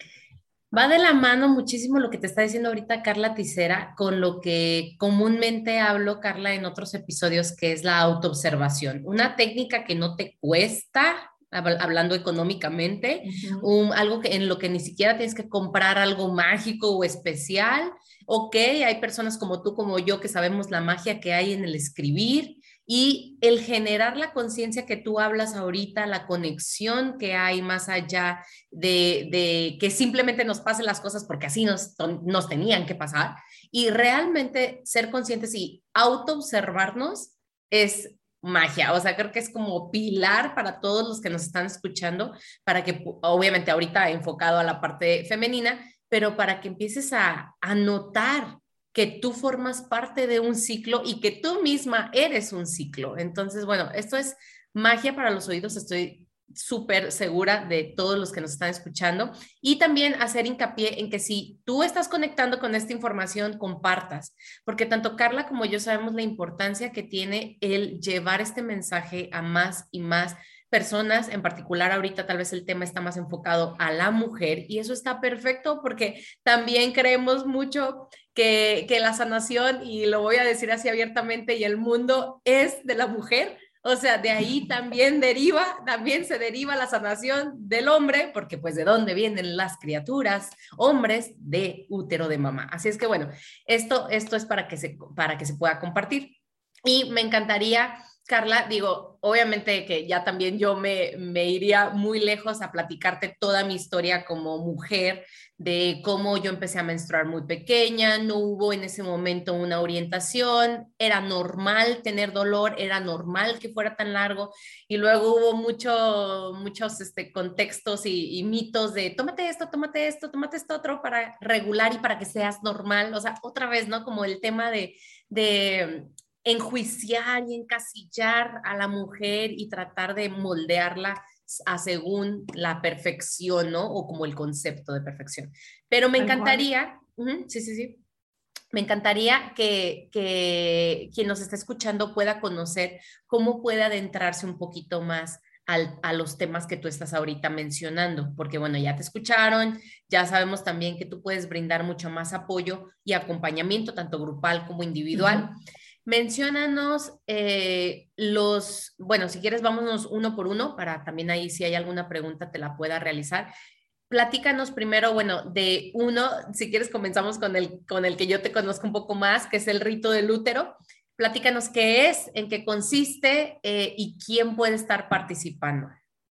Va de la mano muchísimo lo que te está diciendo ahorita Carla Ticera con lo que comúnmente hablo, Carla, en otros episodios, que es la autoobservación. Una técnica que no te cuesta, hablando económicamente, Uh-huh. un, algo que, en lo que ni siquiera tienes que comprar algo mágico o especial. Ok, hay personas como tú, como yo, que sabemos la magia que hay en el escribir y el generar la conciencia que tú hablas ahorita, la conexión que hay más allá de, de que simplemente nos pasen las cosas porque así nos, nos tenían que pasar, y realmente ser conscientes y autoobservarnos es magia. O sea, creo que es como pilar para todos los que nos están escuchando, para que, obviamente ahorita enfocado a la parte femenina, pero para que empieces a, a notar que tú formas parte de un ciclo y que tú misma eres un ciclo. Entonces, bueno, esto es magia para los oídos, estoy súper segura de todos los que nos están escuchando, y también hacer hincapié en que si tú estás conectando con esta información, compartas, porque tanto Carla como yo sabemos la importancia que tiene el llevar este mensaje a más y más personas. En particular ahorita tal vez el tema está más enfocado a la mujer, y eso está perfecto porque también creemos mucho que, que la sanación, y lo voy a decir así abiertamente, y el mundo es de la mujer. O sea, de ahí también deriva, también se deriva la sanación del hombre, porque pues de dónde vienen las criaturas, hombres de útero de mamá. Así es que bueno, esto, esto es para que se, para que se pueda compartir. Y me encantaría, Carla, digo, obviamente que ya también yo me, me iría muy lejos a platicarte toda mi historia como mujer, de cómo yo empecé a menstruar muy pequeña, no hubo en ese momento una orientación, era normal tener dolor, era normal que fuera tan largo, y luego hubo mucho, muchos este, contextos y, y mitos de tómate esto, tómate esto, tómate esto otro para regular y para que seas normal. O sea, otra vez, ¿no? Como el tema de... de enjuiciar y encasillar a la mujer y tratar de moldearla a según la perfección, ¿no? O como el concepto de perfección. Pero me Tal cual. encantaría, uh-huh, sí, sí, sí, me encantaría que, que quien nos está escuchando pueda conocer cómo puede adentrarse un poquito más al, a los temas que tú estás ahorita mencionando, porque bueno, ya te escucharon, ya sabemos también que tú puedes brindar mucho más apoyo y acompañamiento, tanto grupal como individual. Uh-huh. Menciónanos eh, los, bueno, si quieres vámonos uno por uno para también ahí si hay alguna pregunta te la pueda realizar. Platícanos primero, bueno, de uno, si quieres comenzamos con el, con el que yo te conozco un poco más, que es el rito del útero. Platícanos qué es, en qué consiste eh, y quién puede estar participando.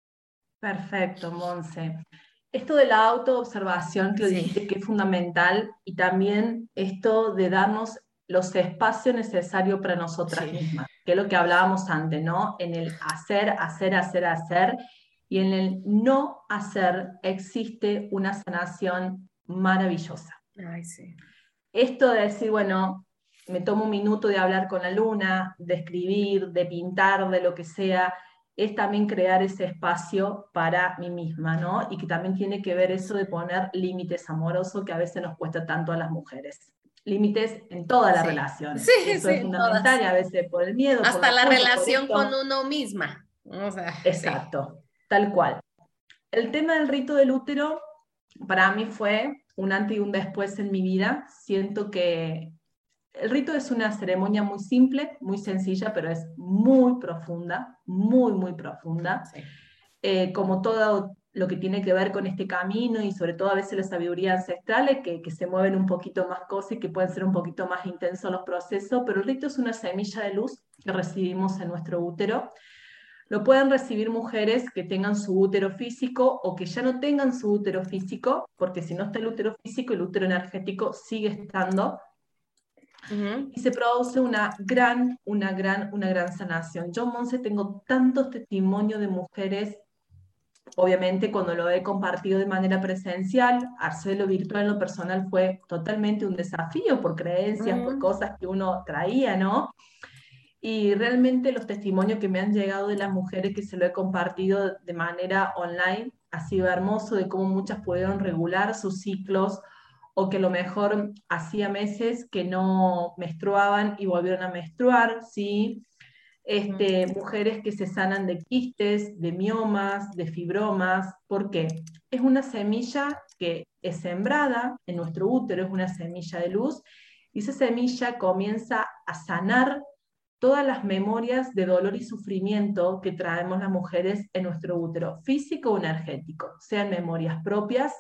Perfecto, Monse. Esto de la autoobservación que lo Sí. dijiste que es fundamental, y también esto de darnos los espacios necesarios para nosotras Sí. mismas, que es lo que hablábamos antes, ¿no? En el hacer, hacer, hacer, hacer, y en el no hacer existe una sanación maravillosa. Ay, sí. Esto de decir, bueno, me tomo un minuto de hablar con la luna, de escribir, de pintar, de lo que sea, es también crear ese espacio para mí misma, ¿no? Y que también tiene que ver eso de poner límites amorosos que a veces nos cuesta tanto a las mujeres. Límites en todas las Sí, relaciones. sí, Eso sí, es en fundamental todas. y a veces por el miedo, por Hasta la la culpa, por relación con esto. uno misma. O sea, sí. Exacto, tal cual. El tema del rito del útero para mí fue un antes y un después en mi vida. Siento que el rito es una ceremonia muy simple, muy sencilla, pero es muy profunda, muy, muy profunda. Sí. Eh, como todo lo que tiene que ver con este camino y sobre todo a veces la sabiduría ancestrales, que, que se mueven un poquito más cosas y que pueden ser un poquito más intensos los procesos, pero el rito es una semilla de luz que recibimos en nuestro útero. Lo pueden recibir mujeres que tengan su útero físico o que ya no tengan su útero físico, porque si no está el útero físico, el útero energético sigue estando. Uh-huh. Y se produce una gran, una gran, una gran sanación. Yo, Monse, tengo tantos testimonios de mujeres, obviamente cuando lo he compartido de manera presencial, hacerlo virtual en lo personal fue totalmente un desafío por creencias, por Uh-huh. cosas que uno traía, ¿no? Y realmente los testimonios que me han llegado de las mujeres que se lo he compartido de manera online ha sido hermoso de cómo muchas pudieron regular sus ciclos o que a lo mejor hacía meses que no menstruaban y volvieron a menstruar, ¿sí? Este, mujeres que se sanan de quistes, de miomas, de fibromas. ¿Por qué? Es una semilla que es sembrada en nuestro útero, es una semilla de luz, y esa semilla comienza a sanar todas las memorias de dolor y sufrimiento que traemos las mujeres en nuestro útero, físico o energético, sean memorias propias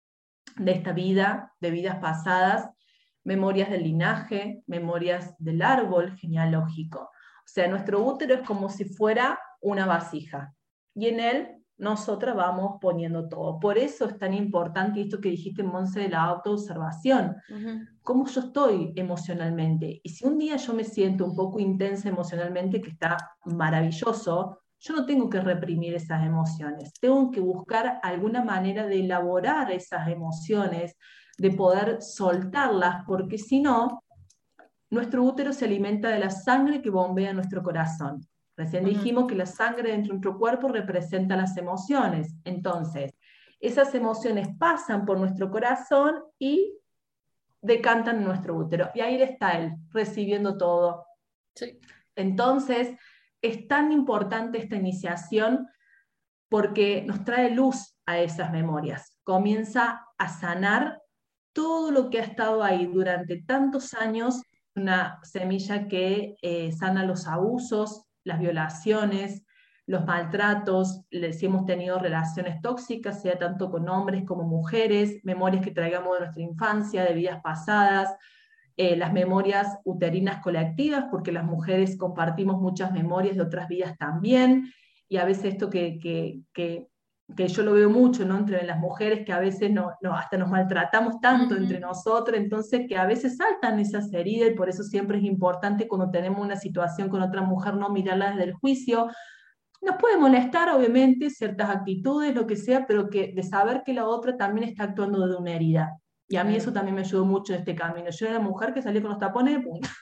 de esta vida, de vidas pasadas, memorias del linaje, memorias del árbol genealógico. O sea, nuestro útero es como si fuera una vasija y en él nosotras vamos poniendo todo. Por eso es tan importante esto que dijiste, Monse, de la autoobservación. Uh-huh. ¿Cómo yo estoy emocionalmente? Y si un día yo me siento un poco intensa emocionalmente, que está maravilloso, yo no tengo que reprimir esas emociones, tengo que buscar alguna manera de elaborar esas emociones, de poder soltarlas, porque si no, nuestro útero se alimenta de la sangre que bombea nuestro corazón. Recién uh-huh. dijimos que la sangre dentro de nuestro cuerpo representa las emociones, entonces esas emociones pasan por nuestro corazón y decantan en nuestro útero, y ahí está él, recibiendo todo. Sí. Entonces, es tan importante esta iniciación porque nos trae luz a esas memorias, comienza a sanar todo lo que ha estado ahí durante tantos años, una semilla que eh, sana los abusos, las violaciones, los maltratos, si hemos tenido relaciones tóxicas, sea tanto con hombres como mujeres, memorias que traigamos de nuestra infancia, de vidas pasadas, eh, las memorias uterinas colectivas, porque las mujeres compartimos muchas memorias de otras vidas también, y a veces esto que, que, que, que yo lo veo mucho, ¿no? Entre las mujeres, que a veces no, no, hasta nos maltratamos tanto uh-huh. entre nosotros, entonces que a veces saltan esas heridas, y por eso siempre es importante cuando tenemos una situación con otra mujer no mirarla desde el juicio. Nos puede molestar, obviamente, ciertas actitudes, lo que sea, pero que, de saber que la otra también está actuando de una herida. Y a mí eso también me ayudó mucho en este camino. Yo era una mujer que salía con los tapones de punta.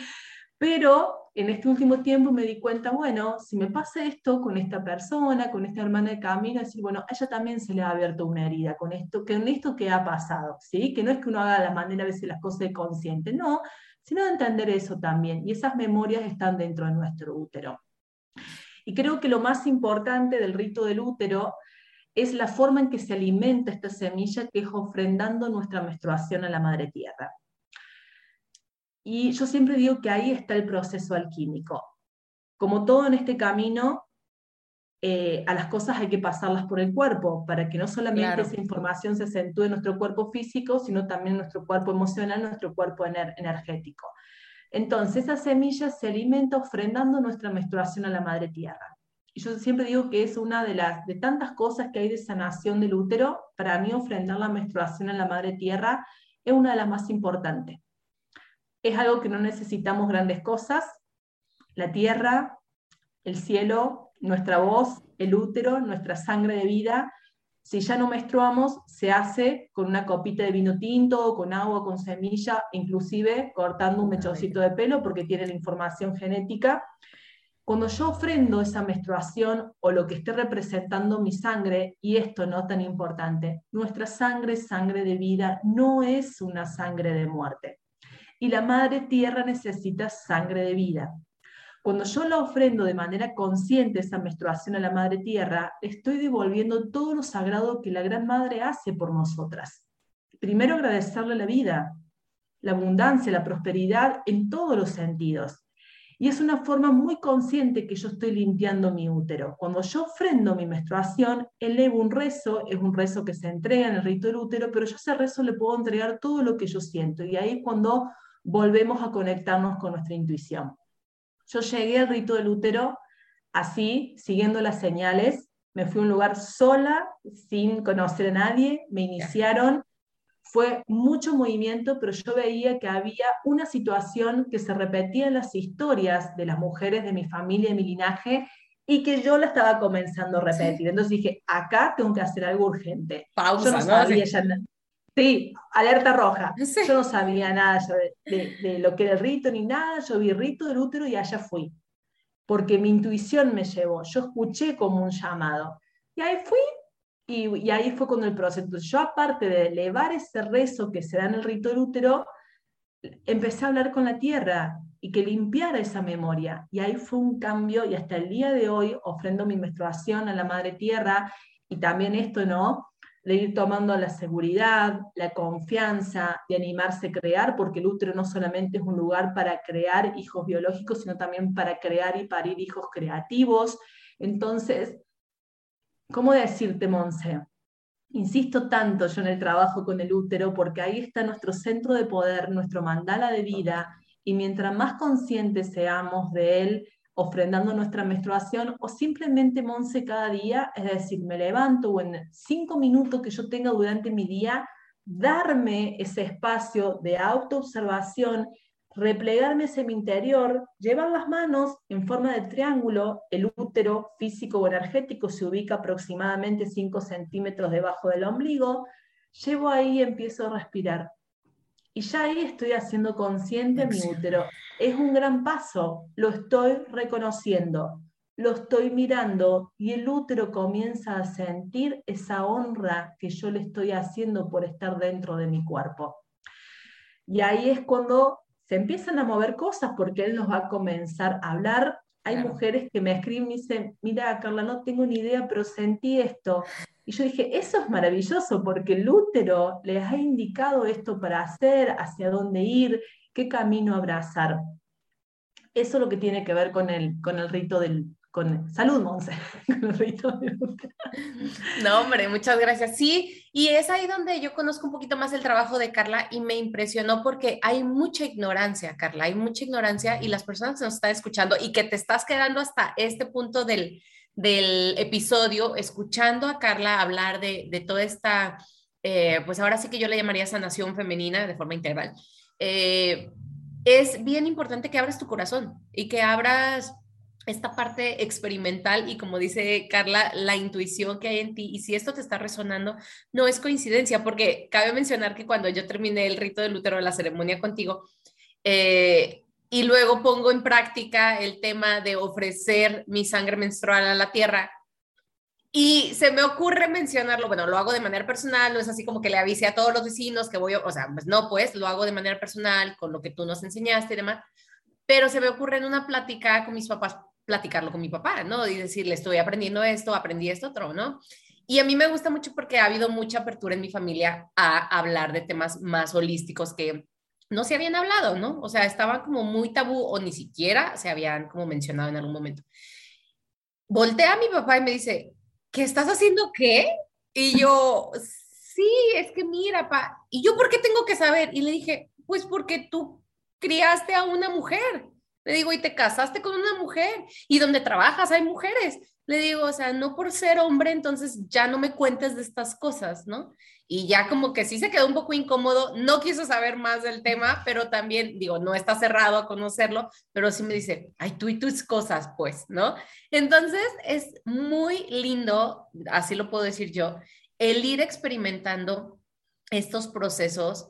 Pero en este último tiempo me di cuenta, bueno, si me pasa esto con esta persona, con esta hermana de camino, decir, bueno, a ella también se le ha abierto una herida con esto, con esto que ha pasado, ¿sí? Que no es que uno haga de la manera a veces las cosas de consciente, no, sino de entender eso también. Y esas memorias están dentro de nuestro útero. Y creo que lo más importante del rito del útero es la forma en que se alimenta esta semilla, que es ofrendando nuestra menstruación a la Madre Tierra. Y yo siempre digo que ahí está el proceso alquímico. Como todo en este camino, eh, a las cosas hay que pasarlas por el cuerpo, para que no solamente claro. esa información se acentúe en nuestro cuerpo físico, sino también en nuestro cuerpo emocional, nuestro cuerpo ener- energético. Entonces, esa semilla se alimenta ofrendando nuestra menstruación a la Madre Tierra. Y yo siempre digo que es una de las de tantas cosas que hay de sanación del útero. Para mí, ofrendar la menstruación a la Madre Tierra es una de las más importantes. Es algo que no necesitamos grandes cosas. La tierra, el cielo, nuestra voz, el útero, nuestra sangre de vida. Si ya no menstruamos, se hace con una copita de vino tinto, con agua, con semilla, inclusive cortando un mechoncito de pelo porque tiene la información genética. Cuando yo ofrendo esa menstruación o lo que esté representando mi sangre, y esto no tan importante, nuestra sangre es sangre de vida, no es una sangre de muerte. Y la Madre Tierra necesita sangre de vida. Cuando yo la ofrendo de manera consciente esa menstruación a la Madre Tierra, estoy devolviendo todo lo sagrado que la Gran Madre hace por nosotras. Primero agradecerle la vida, la abundancia, la prosperidad en todos los sentidos. Y es una forma muy consciente que yo estoy limpiando mi útero. Cuando yo ofrendo mi menstruación, elevo un rezo, es un rezo que se entrega en el rito del útero, pero yo a ese rezo le puedo entregar todo lo que yo siento. Y ahí es cuando volvemos a conectarnos con nuestra intuición. Yo llegué al rito del útero así, siguiendo las señales. Me fui a un lugar sola, sin conocer a nadie, me iniciaron. Fue mucho movimiento, pero yo veía que había una situación que se repetía en las historias de las mujeres de mi familia, de mi linaje, y que yo la estaba comenzando a repetir. Sí. Entonces dije, acá tengo que hacer algo urgente. Pausa, Yo no ¿no? sabía Sí. ya, sí, alerta roja. Sí. Yo no sabía nada de, de, de lo que era el rito ni nada. Yo vi rito del útero y allá fui. Porque mi intuición me llevó. Yo escuché como un llamado. Y ahí fui. Y, y ahí fue cuando el proceso. Entonces, yo, aparte de elevar ese rezo que se da en el rito del útero, empecé a hablar con la tierra y que limpiara esa memoria. Y ahí fue un cambio, y hasta el día de hoy ofrendo mi menstruación a la Madre Tierra, y también esto, ¿no? De ir tomando la seguridad, la confianza, de animarse a crear, porque el útero no solamente es un lugar para crear hijos biológicos, sino también para crear y parir hijos creativos. Entonces, ¿cómo decirte, Monse? Insisto tanto yo en el trabajo con el útero porque ahí está nuestro centro de poder, nuestro mandala de vida, y mientras más conscientes seamos de él, ofrendando nuestra menstruación o simplemente, Monse, cada día, es decir, me levanto o en cinco minutos que yo tenga durante mi día, darme ese espacio de autoobservación, replegarme hacia mi interior, llevar las manos en forma de triángulo. El útero físico o energético se ubica aproximadamente cinco centímetros debajo del ombligo. Llevo ahí y empiezo a respirar. Y ya ahí estoy haciendo consciente mi útero. Es un gran paso, lo estoy reconociendo, lo estoy mirando, y el útero comienza a sentir esa honra que yo le estoy haciendo por estar dentro de mi cuerpo. Y ahí es cuando se empiezan a mover cosas, porque él nos va a comenzar a hablar. Hay Claro. mujeres que me escriben y dicen, mira, Carla, no tengo ni idea, pero sentí esto. Y yo dije, eso es maravilloso, porque el útero les ha indicado esto para hacer, hacia dónde ir, qué camino abrazar. Eso es lo que tiene que ver con el, con el rito del... Con, salud, Monse, con el rito del útero. No, hombre, muchas gracias. Sí, y es ahí donde yo conozco un poquito más el trabajo de Carla y me impresionó porque hay mucha ignorancia, Carla, hay mucha ignorancia, y las personas que nos están escuchando y que te estás quedando hasta este punto del, del episodio, escuchando a Carla hablar de, de toda esta, eh, pues ahora sí que yo le llamaría sanación femenina de forma integral. Eh, es bien importante que abras tu corazón y que abras esta parte experimental y, como dice Carla, la intuición que hay en ti. Y si esto te está resonando, no es coincidencia, porque cabe mencionar que cuando yo terminé el rito del útero, la ceremonia contigo, eh, y luego pongo en práctica el tema de ofrecer mi sangre menstrual a la tierra, y se me ocurre mencionarlo, bueno, lo hago de manera personal, no es así como que le avise a todos los vecinos que voy, o sea, pues no, pues lo hago de manera personal, con lo que tú nos enseñaste y demás, pero se me ocurre en una plática con mis papás, platicarlo con mi papá, ¿no? Y decirle, estoy aprendiendo esto, aprendí esto otro, ¿no? Y a mí me gusta mucho porque ha habido mucha apertura en mi familia a hablar de temas más holísticos que no se habían hablado, ¿no? O sea, estaban como muy tabú o ni siquiera se habían como mencionado en algún momento. Voltea a mi papá y me dice, ¿qué estás haciendo qué? Y yo, sí, es que mira, pa. ¿Y yo por qué tengo que saber? Y le dije, pues porque tú criaste a una mujer. Le digo, y te casaste con una mujer, y donde trabajas hay mujeres. Le digo, o sea, no por ser hombre, entonces ya no me cuentes de estas cosas, ¿no? Y ya como que sí se quedó un poco incómodo, no quiso saber más del tema, pero también, digo, no está cerrado a conocerlo, pero sí me dice, ay, tú y tus cosas, pues, ¿no? Entonces es muy lindo, así lo puedo decir yo, el ir experimentando estos procesos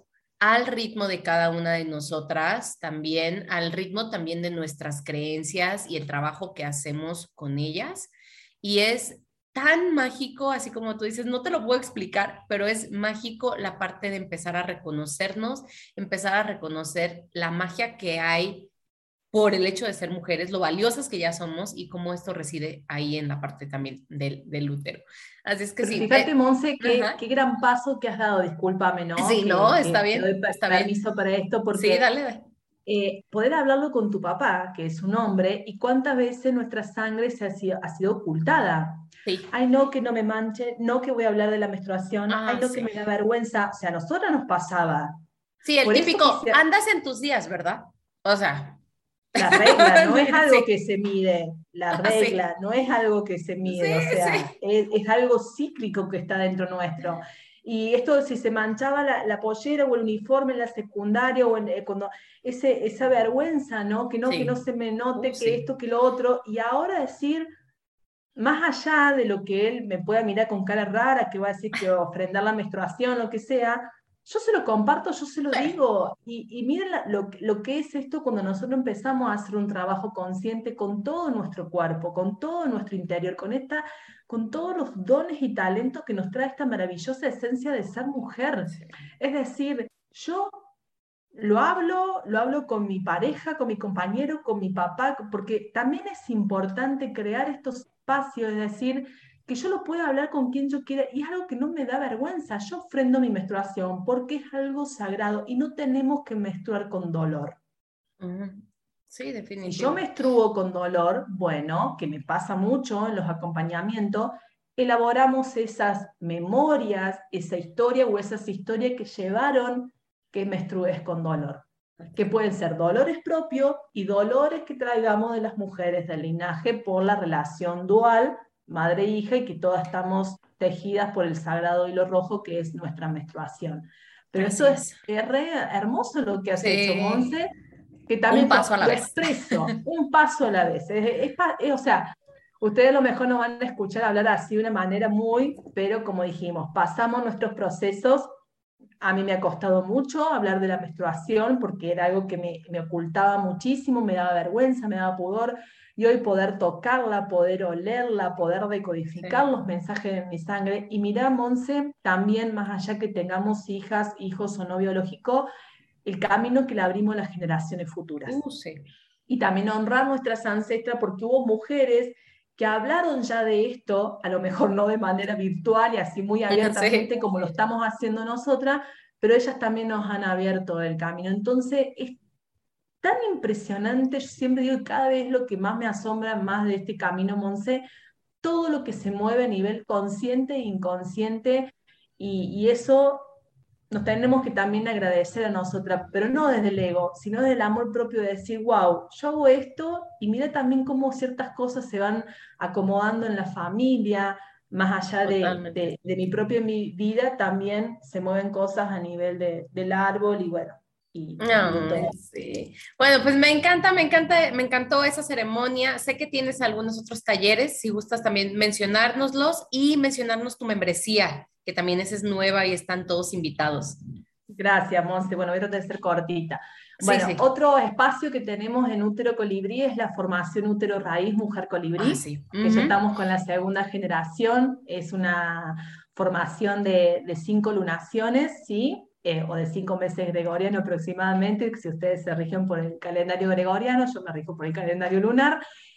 al ritmo de cada una de nosotras, también al ritmo también de nuestras creencias y el trabajo que hacemos con ellas. Y es tan mágico, así como tú dices, no te lo puedo explicar, pero es mágico la parte de empezar a reconocernos, empezar a reconocer la magia que hay por el hecho de ser mujeres, lo valiosas que ya somos y cómo esto reside ahí en la parte también del, del útero. Así es que Pero sí. fíjate, Eh, Monse, qué, ajá. qué gran paso que has dado, discúlpame, ¿no? Sí, no, Que, está que te doy bien, per- está bien. permiso para esto, Sí, porque dale, dale. eh, poder hablarlo con tu papá, que es un hombre, y cuántas veces nuestra sangre se ha sido, ha sido ocultada. Sí. Ay, no, que no me manche, no que voy a hablar de la menstruación, ay, Ah, no, que sí. me da vergüenza. O sea, a nosotras nos pasaba. Sí, el Por eso típico, quise, andas en tus días, ¿verdad? O sea, la regla no es algo sí, que se mide, la sí, regla no es algo que se sí, mide, o sea, sí. es, es algo cíclico que está dentro nuestro. Y esto, si se manchaba la, la pollera o el uniforme en la secundaria, o en, eh, cuando ese, esa vergüenza, ¿no? Que no, que no Sí. se me Uh, note, que sí. esto, que lo otro, y ahora decir, más allá de lo que él me pueda mirar con cara rara, que va a decir que ofrendar la menstruación, lo que sea, yo se lo comparto, yo se lo Sí. digo. Y, y miren la- lo, lo que es esto cuando nosotros empezamos a hacer un trabajo consciente con todo nuestro cuerpo, con todo nuestro interior, con, esta, con todos los dones y talentos que nos trae esta maravillosa esencia de ser mujer. Sí. Es decir, yo lo hablo, lo hablo con mi pareja, con mi compañero, con mi papá, porque también es importante crear estos espacios, es decir, que yo lo pueda hablar con quien yo quiera y es algo que no me da vergüenza. Yo ofrendo mi menstruación porque es algo sagrado y no tenemos que menstruar con dolor. Ujú. Sí, Si yo definitivo. menstruo con dolor, bueno, que me pasa mucho en los acompañamientos, elaboramos esas memorias, esa historia o esas historias que llevaron que menstrues con dolor, que pueden ser dolores propios y dolores que traigamos de las mujeres del linaje por la relación dual, madre-hija, y que todas estamos tejidas por el sagrado hilo rojo que es nuestra menstruación. Pero esto Así es, es. es re hermoso lo que has hecho, Sí. Monse, que Un también paso yo a la lo vez. expreso, un paso a la vez. Es, es pa- es, o sea, ustedes a lo mejor nos van a escuchar hablar así de una manera muy, pero como dijimos, pasamos nuestros procesos. A mí me ha costado mucho hablar de la menstruación porque era algo que me, me ocultaba muchísimo, me daba vergüenza, me daba pudor. Y hoy poder tocarla, poder olerla, poder decodificar Sí. los mensajes de mi sangre. Y mira, Monse, también más allá que tengamos hijas, hijos o no biológico, el camino que le abrimos a las generaciones futuras. Uh, sí. Y también honrar nuestras ancestras porque hubo mujeres que hablaron ya de esto, a lo mejor no de manera virtual y así muy abiertamente Sí. como lo estamos haciendo nosotras, pero ellas también nos han abierto el camino. Entonces, es tan impresionante, yo siempre digo, cada vez lo que más me asombra más de este camino, Monse, todo lo que se mueve a nivel consciente e inconsciente, y, y eso nos tenemos que también agradecer a nosotras, pero no desde el ego, sino desde el amor propio de decir, wow, yo hago esto y mira también cómo ciertas cosas se van acomodando en la familia, más allá de, Totalmente. de, de mi propia mi vida, también se mueven cosas a nivel de, del árbol y bueno, y, y Ay, todo. sí. Bueno, pues me encanta, me encanta, me encantó esa ceremonia. Sé que tienes algunos otros talleres, si gustas también mencionárnoslos y mencionarnos tu membresía, que también esa es nueva y están todos invitados. Gracias, Monse. Bueno, voy a tratar de ser cortita. Sí, Bueno, sí. otro espacio que tenemos en Útero Colibrí es la formación Útero Raíz Mujer Ah, Colibrí, sí. que ya Ujú. estamos con la segunda generación. Es una formación de, de cinco lunaciones, ¿sí? Eh, o de cinco meses gregoriano aproximadamente. Si ustedes se rigen por el calendario gregoriano, yo me rijo por el calendario lunar.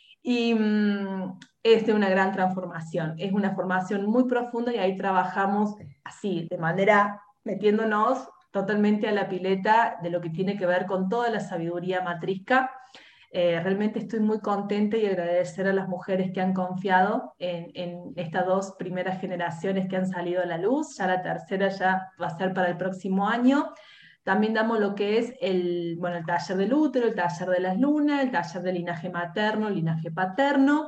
Y mm, es de una gran transformación. Es una formación muy profunda y ahí trabajamos así, de manera metiéndonos totalmente a la pileta de lo que tiene que ver con toda la sabiduría matrizca. Eh, realmente estoy muy contenta y agradecer a las mujeres que han confiado en, en estas dos primeras generaciones que han salido a la luz. Ya la tercera ya va a ser para el próximo año. También damos lo que es el, bueno, el taller del útero, el taller de las lunas, el taller de linaje materno, linaje paterno.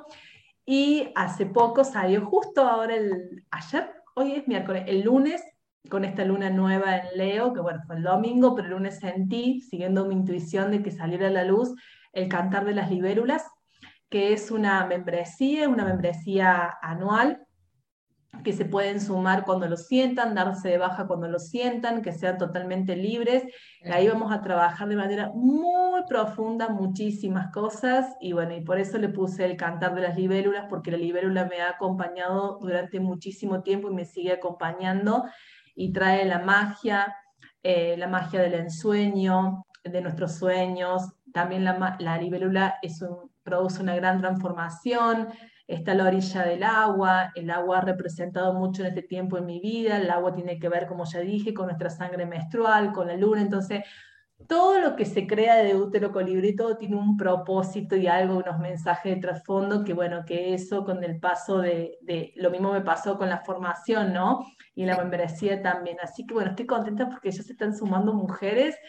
Y hace poco salió justo ahora el, ayer, hoy es miércoles, el lunes, con esta luna nueva en Leo, que bueno, fue el domingo, pero el lunes sentí, siguiendo mi intuición de que saliera a la luz, el Cantar de las Libélulas, que es una membresía, una membresía anual que se pueden sumar cuando lo sientan, darse de baja cuando lo sientan, que sean totalmente libres. Y ahí vamos a trabajar de manera muy profunda muchísimas cosas, y bueno, y por eso le puse el cantar de las libélulas, porque la libélula me ha acompañado durante muchísimo tiempo y me sigue acompañando, y trae la magia, eh, la magia del ensueño, de nuestros sueños. También la, la libélula es un, produce una gran transformación. Está a la orilla del agua, el agua ha representado mucho en este tiempo en mi vida, el agua tiene que ver, como ya dije, con nuestra sangre menstrual, con la luna. Entonces todo lo que se crea de útero colibrí, todo tiene un propósito y algo, unos mensajes de trasfondo, que bueno, que eso con el paso de, de lo mismo me pasó con la formación, ¿no? Y la membresía también. Así que bueno, estoy contenta porque ya se están sumando mujeres,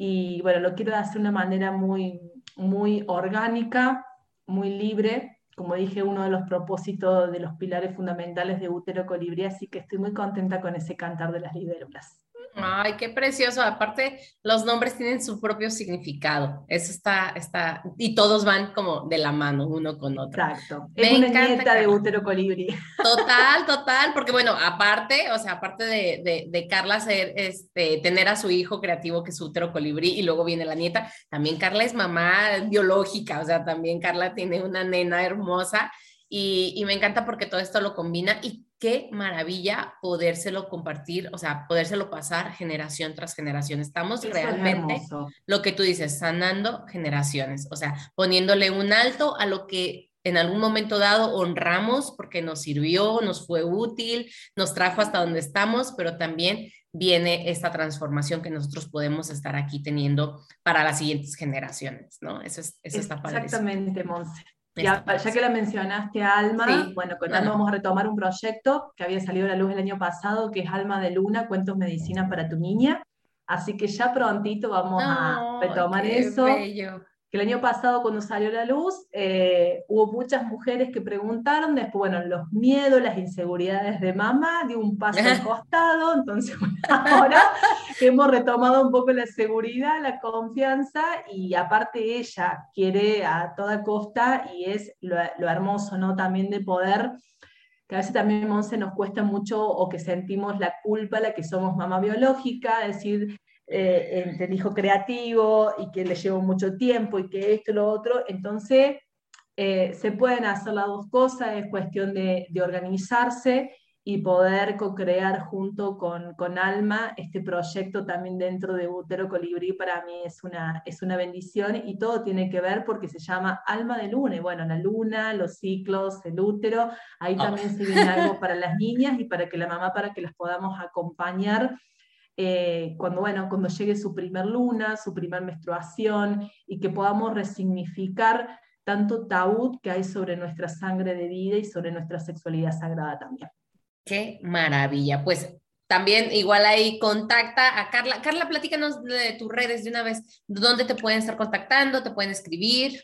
y bueno, lo quiero hacer de una manera muy, muy orgánica, muy libre. Como dije, uno de los propósitos, de los pilares fundamentales de Útero Colibrí, así que estoy muy contenta con ese cantar de las libélulas. Ay, qué precioso. Aparte, los nombres tienen su propio significado. Eso está, está, y todos van como de la mano, uno con otro. Exacto. Me es una encanta, nieta de Carla. Útero Colibrí. Total, total, porque bueno, aparte, o sea, aparte de, de, de Carla ser, este, tener a su hijo creativo que es Útero Colibrí, y luego viene la nieta, también Carla es mamá biológica, o sea, también Carla tiene una nena hermosa, y, y me encanta porque todo esto lo combina, y qué maravilla podérselo compartir, o sea, podérselo pasar generación tras generación. Estamos Eso realmente, es hermoso. lo que tú dices, sanando generaciones, o sea, poniéndole un alto a lo que en algún momento dado honramos porque nos sirvió, nos fue útil, nos trajo hasta donde estamos, pero también viene esta transformación que nosotros podemos estar aquí teniendo para las siguientes generaciones, ¿no? Eso, es, eso está padrísimo. Exactamente, Monse. Está Ya, ya que la mencionaste, Alma, sí. bueno, contando, vamos a retomar un proyecto que había salido a la luz el año pasado, que es Alma de Luna, Cuentos Medicina para tu Niña. Así que ya prontito vamos a Oh, retomar qué eso. bello. Que el año pasado, cuando salió a la luz, eh, hubo muchas mujeres que preguntaron, después, bueno, los miedos, las inseguridades de mamá, dio un paso al costado. Entonces, bueno, ahora hemos retomado un poco la seguridad, la confianza, y aparte ella quiere a toda costa, y es lo, lo hermoso, ¿no? También de poder, que a veces también, Monse, nos cuesta mucho, o que sentimos la culpa, la que somos mamá biológica, es decir, eh, entre el hijo creativo, y que le llevó mucho tiempo, y que esto y lo otro. Entonces, eh, se pueden hacer las dos cosas, es cuestión de, de organizarse y poder co-crear junto con, con Alma este proyecto también dentro de Útero Colibrí. Para mí es una, es una bendición, y todo tiene que ver porque se llama Alma de Luna, y bueno, la luna, los ciclos, el útero, ahí oh. también se viene algo para las niñas y para que la mamá, para que las podamos acompañar Eh, cuando, bueno, cuando llegue su primer luna, su primer menstruación, y que podamos resignificar tanto tabú que hay sobre nuestra sangre de vida y sobre nuestra sexualidad sagrada también. Qué maravilla. Pues también igual ahí contacta a Carla. Carla, platícanos de tus redes de una vez. ¿Dónde te pueden estar contactando? ¿Te pueden escribir?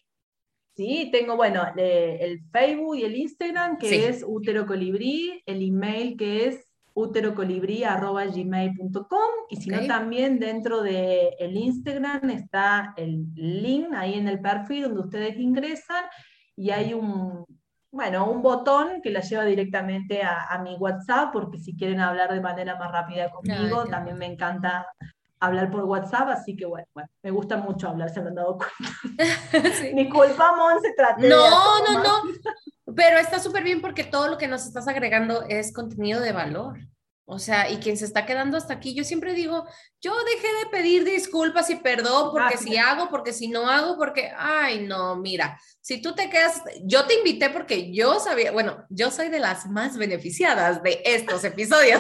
Sí, tengo, bueno, eh, el Facebook y el Instagram, que sí. es Útero Colibrí, el email, que es uterocolibrí arroba gmail punto com, y si okay. no, también dentro del de Instagram está el link ahí en el perfil donde ustedes ingresan, y hay un, bueno, un botón que la lleva directamente a, a mi WhatsApp, porque si quieren hablar de manera más rápida conmigo, Ay, también me encanta hablar por WhatsApp, así que bueno, bueno, me gusta mucho hablar, se me han dado cuenta. sí. Disculpa, Monse, traté No, de no, no, pero está súper bien porque todo lo que nos estás agregando es contenido de valor. O sea, y quien se está quedando hasta aquí, yo siempre digo, yo dejé de pedir disculpas y perdón porque Gracias. si hago, porque si no hago, porque, ay, no, mira, si tú te quedas, yo te invité porque yo sabía, bueno, yo soy de las más beneficiadas de estos episodios,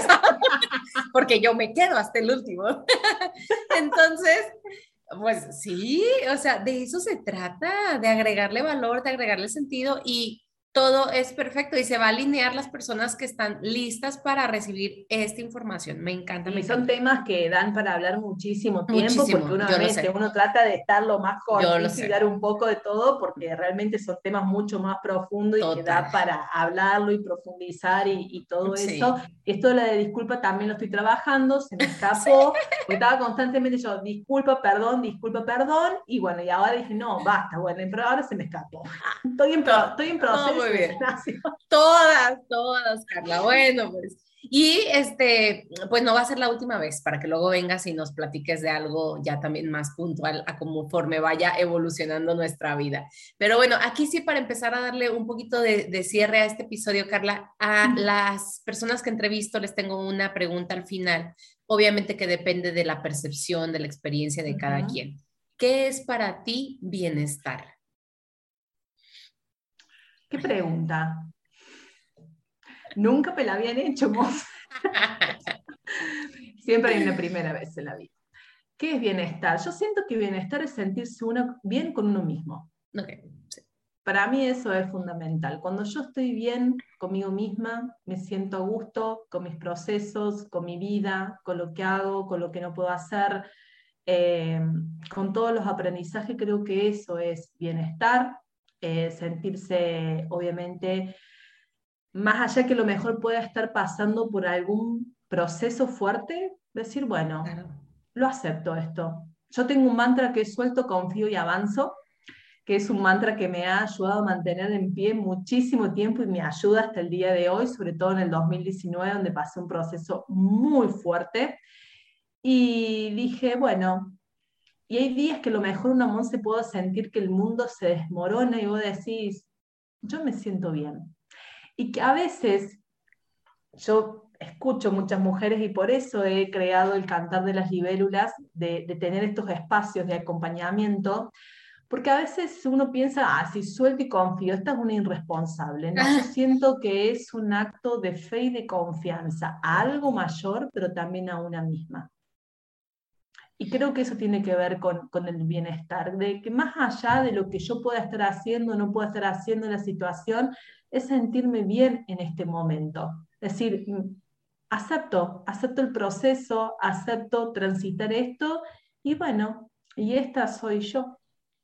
porque yo me quedo hasta el último. Entonces, pues sí, o sea, de eso se trata, de agregarle valor, de agregarle sentido, y todo es perfecto, y se va a alinear las personas que están listas para recibir esta información. Me encanta. Y me son encanta. temas que dan para hablar muchísimo tiempo, Muchísimo, porque uno, obviamente, uno trata de estar lo más cortito y dar un poco de todo, porque realmente son temas mucho más profundos Total. y que da para hablarlo y profundizar y, y todo sí. eso. Esto de la de disculpa también lo estoy trabajando, se me escapó, sí. porque estaba constantemente yo, disculpa, perdón, disculpa, perdón, y bueno, y ahora dije, no, basta, bueno, pero ahora se me escapó. Estoy en, pro, estoy en proceso, Muy bien. Todas, todas, Carla. Bueno, pues. Y este, pues no va a ser la última vez para que luego vengas y nos platiques de algo ya también más puntual a conforme vaya evolucionando nuestra vida. Pero bueno, aquí sí para empezar a darle un poquito de, de cierre a este episodio, Carla, a las personas que entrevisto les tengo una pregunta al final, obviamente que depende de la percepción, de la experiencia de cada uh-huh. quien. ¿Qué es para ti bienestar? ¿Qué pregunta? Nunca me la habían hecho, Mos. Siempre hay una primera vez en la vida. ¿Qué es bienestar? Yo siento que bienestar es sentirse uno bien con uno mismo. Okay. Sí. Para mí eso es fundamental. Cuando yo estoy bien conmigo misma, me siento a gusto con mis procesos, con mi vida, con lo que hago, con lo que no puedo hacer, eh, con todos los aprendizajes, creo que eso es bienestar, eh, sentirse obviamente... más allá que lo mejor pueda estar pasando por algún proceso fuerte, decir, bueno, claro. Lo acepto esto. Yo tengo un mantra que es suelto, confío y avanzo, que es un mantra que me ha ayudado a mantener en pie muchísimo tiempo y me ayuda hasta el día de hoy, sobre todo en el dos mil diecinueve, donde pasé un proceso muy fuerte. Y dije, bueno, y hay días que a lo mejor una Monse puedo sentir que el mundo se desmorona y vos decís, yo me siento bien. Y que a veces yo escucho muchas mujeres y por eso he creado el Cantar de las Libélulas, de, de tener estos espacios de acompañamiento, porque a veces uno piensa, ah, si suelto y confío, esta es una irresponsable. No, yo siento que es un acto de fe y de confianza a algo mayor, pero también a una misma. Y creo que eso tiene que ver con, con el bienestar, de que más allá de lo que yo pueda estar haciendo o no pueda estar haciendo en la situación, es sentirme bien en este momento. Es decir, acepto, acepto el proceso, acepto transitar esto y bueno, y esta soy yo.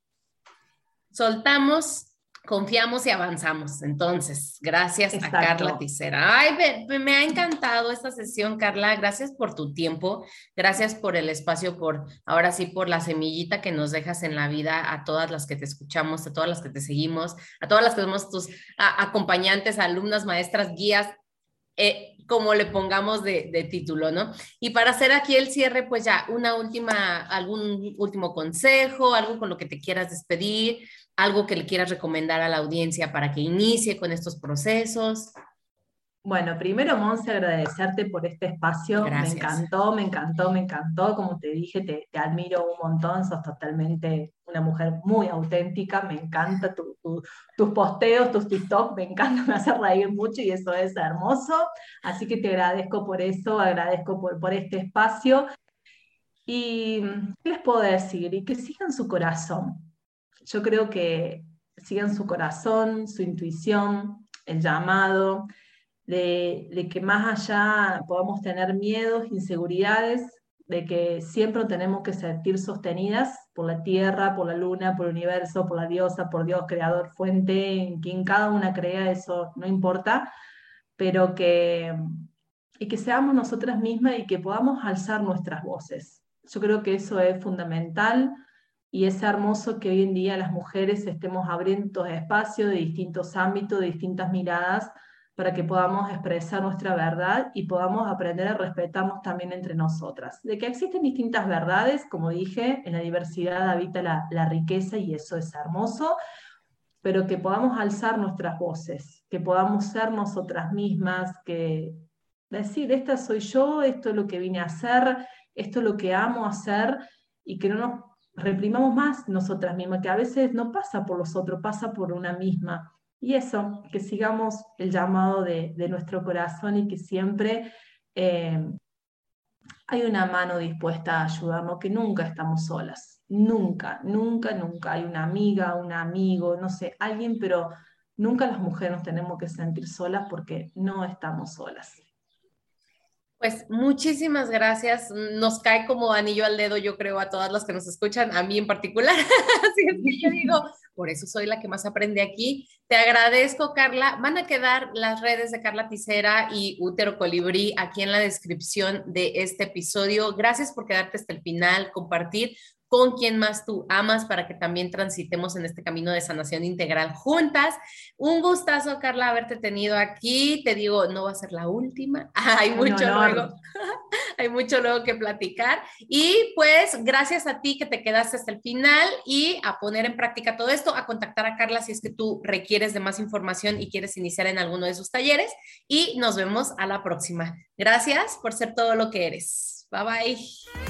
Soltamos, confiamos y avanzamos. Entonces, gracias Exacto. A Carla Ticera. Ay, me, me ha encantado esta sesión, Carla. Gracias por tu tiempo. Gracias por el espacio, por ahora sí, por la semillita que nos dejas en la vida a todas las que te escuchamos, a todas las que te seguimos, a todas las que somos tus a, acompañantes, alumnas, maestras, guías, eh, como le pongamos de, de título, ¿no? Y para hacer aquí el cierre, pues ya una última, algún último consejo, algo con lo que te quieras despedir, algo que le quieras recomendar a la audiencia para que inicie con estos procesos. Bueno, primero, Monse, agradecerte por este espacio. Gracias. Me encantó, me encantó, me encantó. Como te dije, te, te admiro un montón. Sos totalmente una mujer muy auténtica. Me encanta tu, tu, tus posteos, tus TikTok. Me encanta, me hace reír mucho y eso es hermoso. Así que te agradezco por eso, agradezco por, por este espacio. Y, ¿qué les puedo decir? Y que sigan su corazón. Yo creo que sigan su corazón, su intuición, el llamado. De, de que más allá podamos tener miedos, inseguridades, de que siempre tenemos que sentir sostenidas por la tierra, por la luna, por el universo, por la diosa, por Dios, creador, fuente, en quien cada una crea, eso no importa, pero que, y que seamos nosotras mismas y que podamos alzar nuestras voces. Yo creo que eso es fundamental y es hermoso que hoy en día las mujeres estemos abriendo espacios de distintos ámbitos, de distintas miradas, para que podamos expresar nuestra verdad y podamos aprender a respetarnos también entre nosotras. De que existen distintas verdades, como dije, en la diversidad habita la, la riqueza y eso es hermoso, pero que podamos alzar nuestras voces, que podamos ser nosotras mismas, que decir, esta soy yo, esto es lo que vine a hacer, esto es lo que amo hacer, y que no nos reprimamos más nosotras mismas, que a veces no pasa por los otros, pasa por una misma. Y eso, que sigamos el llamado de, de nuestro corazón y que siempre eh, hay una mano dispuesta a ayudarnos, que nunca estamos solas. Nunca, nunca, nunca. Hay una amiga, un amigo, no sé, alguien, pero nunca las mujeres nos tenemos que sentir solas porque no estamos solas. Pues muchísimas gracias. Nos cae como anillo al dedo, yo creo, a todas las que nos escuchan, a mí en particular. Así es que yo digo, por eso soy la que más aprende aquí. Te agradezco, Carla. Van a quedar las redes de Carla Ticera y Útero Colibrí aquí en la descripción de este episodio. Gracias por quedarte hasta el final, compartir con quien más tú amas para que también transitemos en este camino de sanación integral juntas. Un gustazo, Carla, haberte tenido aquí. Te digo, no va a ser la última. Hay Un mucho honor. luego. Hay mucho luego que platicar. Y pues gracias a ti que te quedaste hasta el final y a poner en práctica todo esto, a contactar a Carla si es que tú requieres de más información y quieres iniciar en alguno de sus talleres. Y nos vemos a la próxima. Gracias por ser todo lo que eres. Bye bye.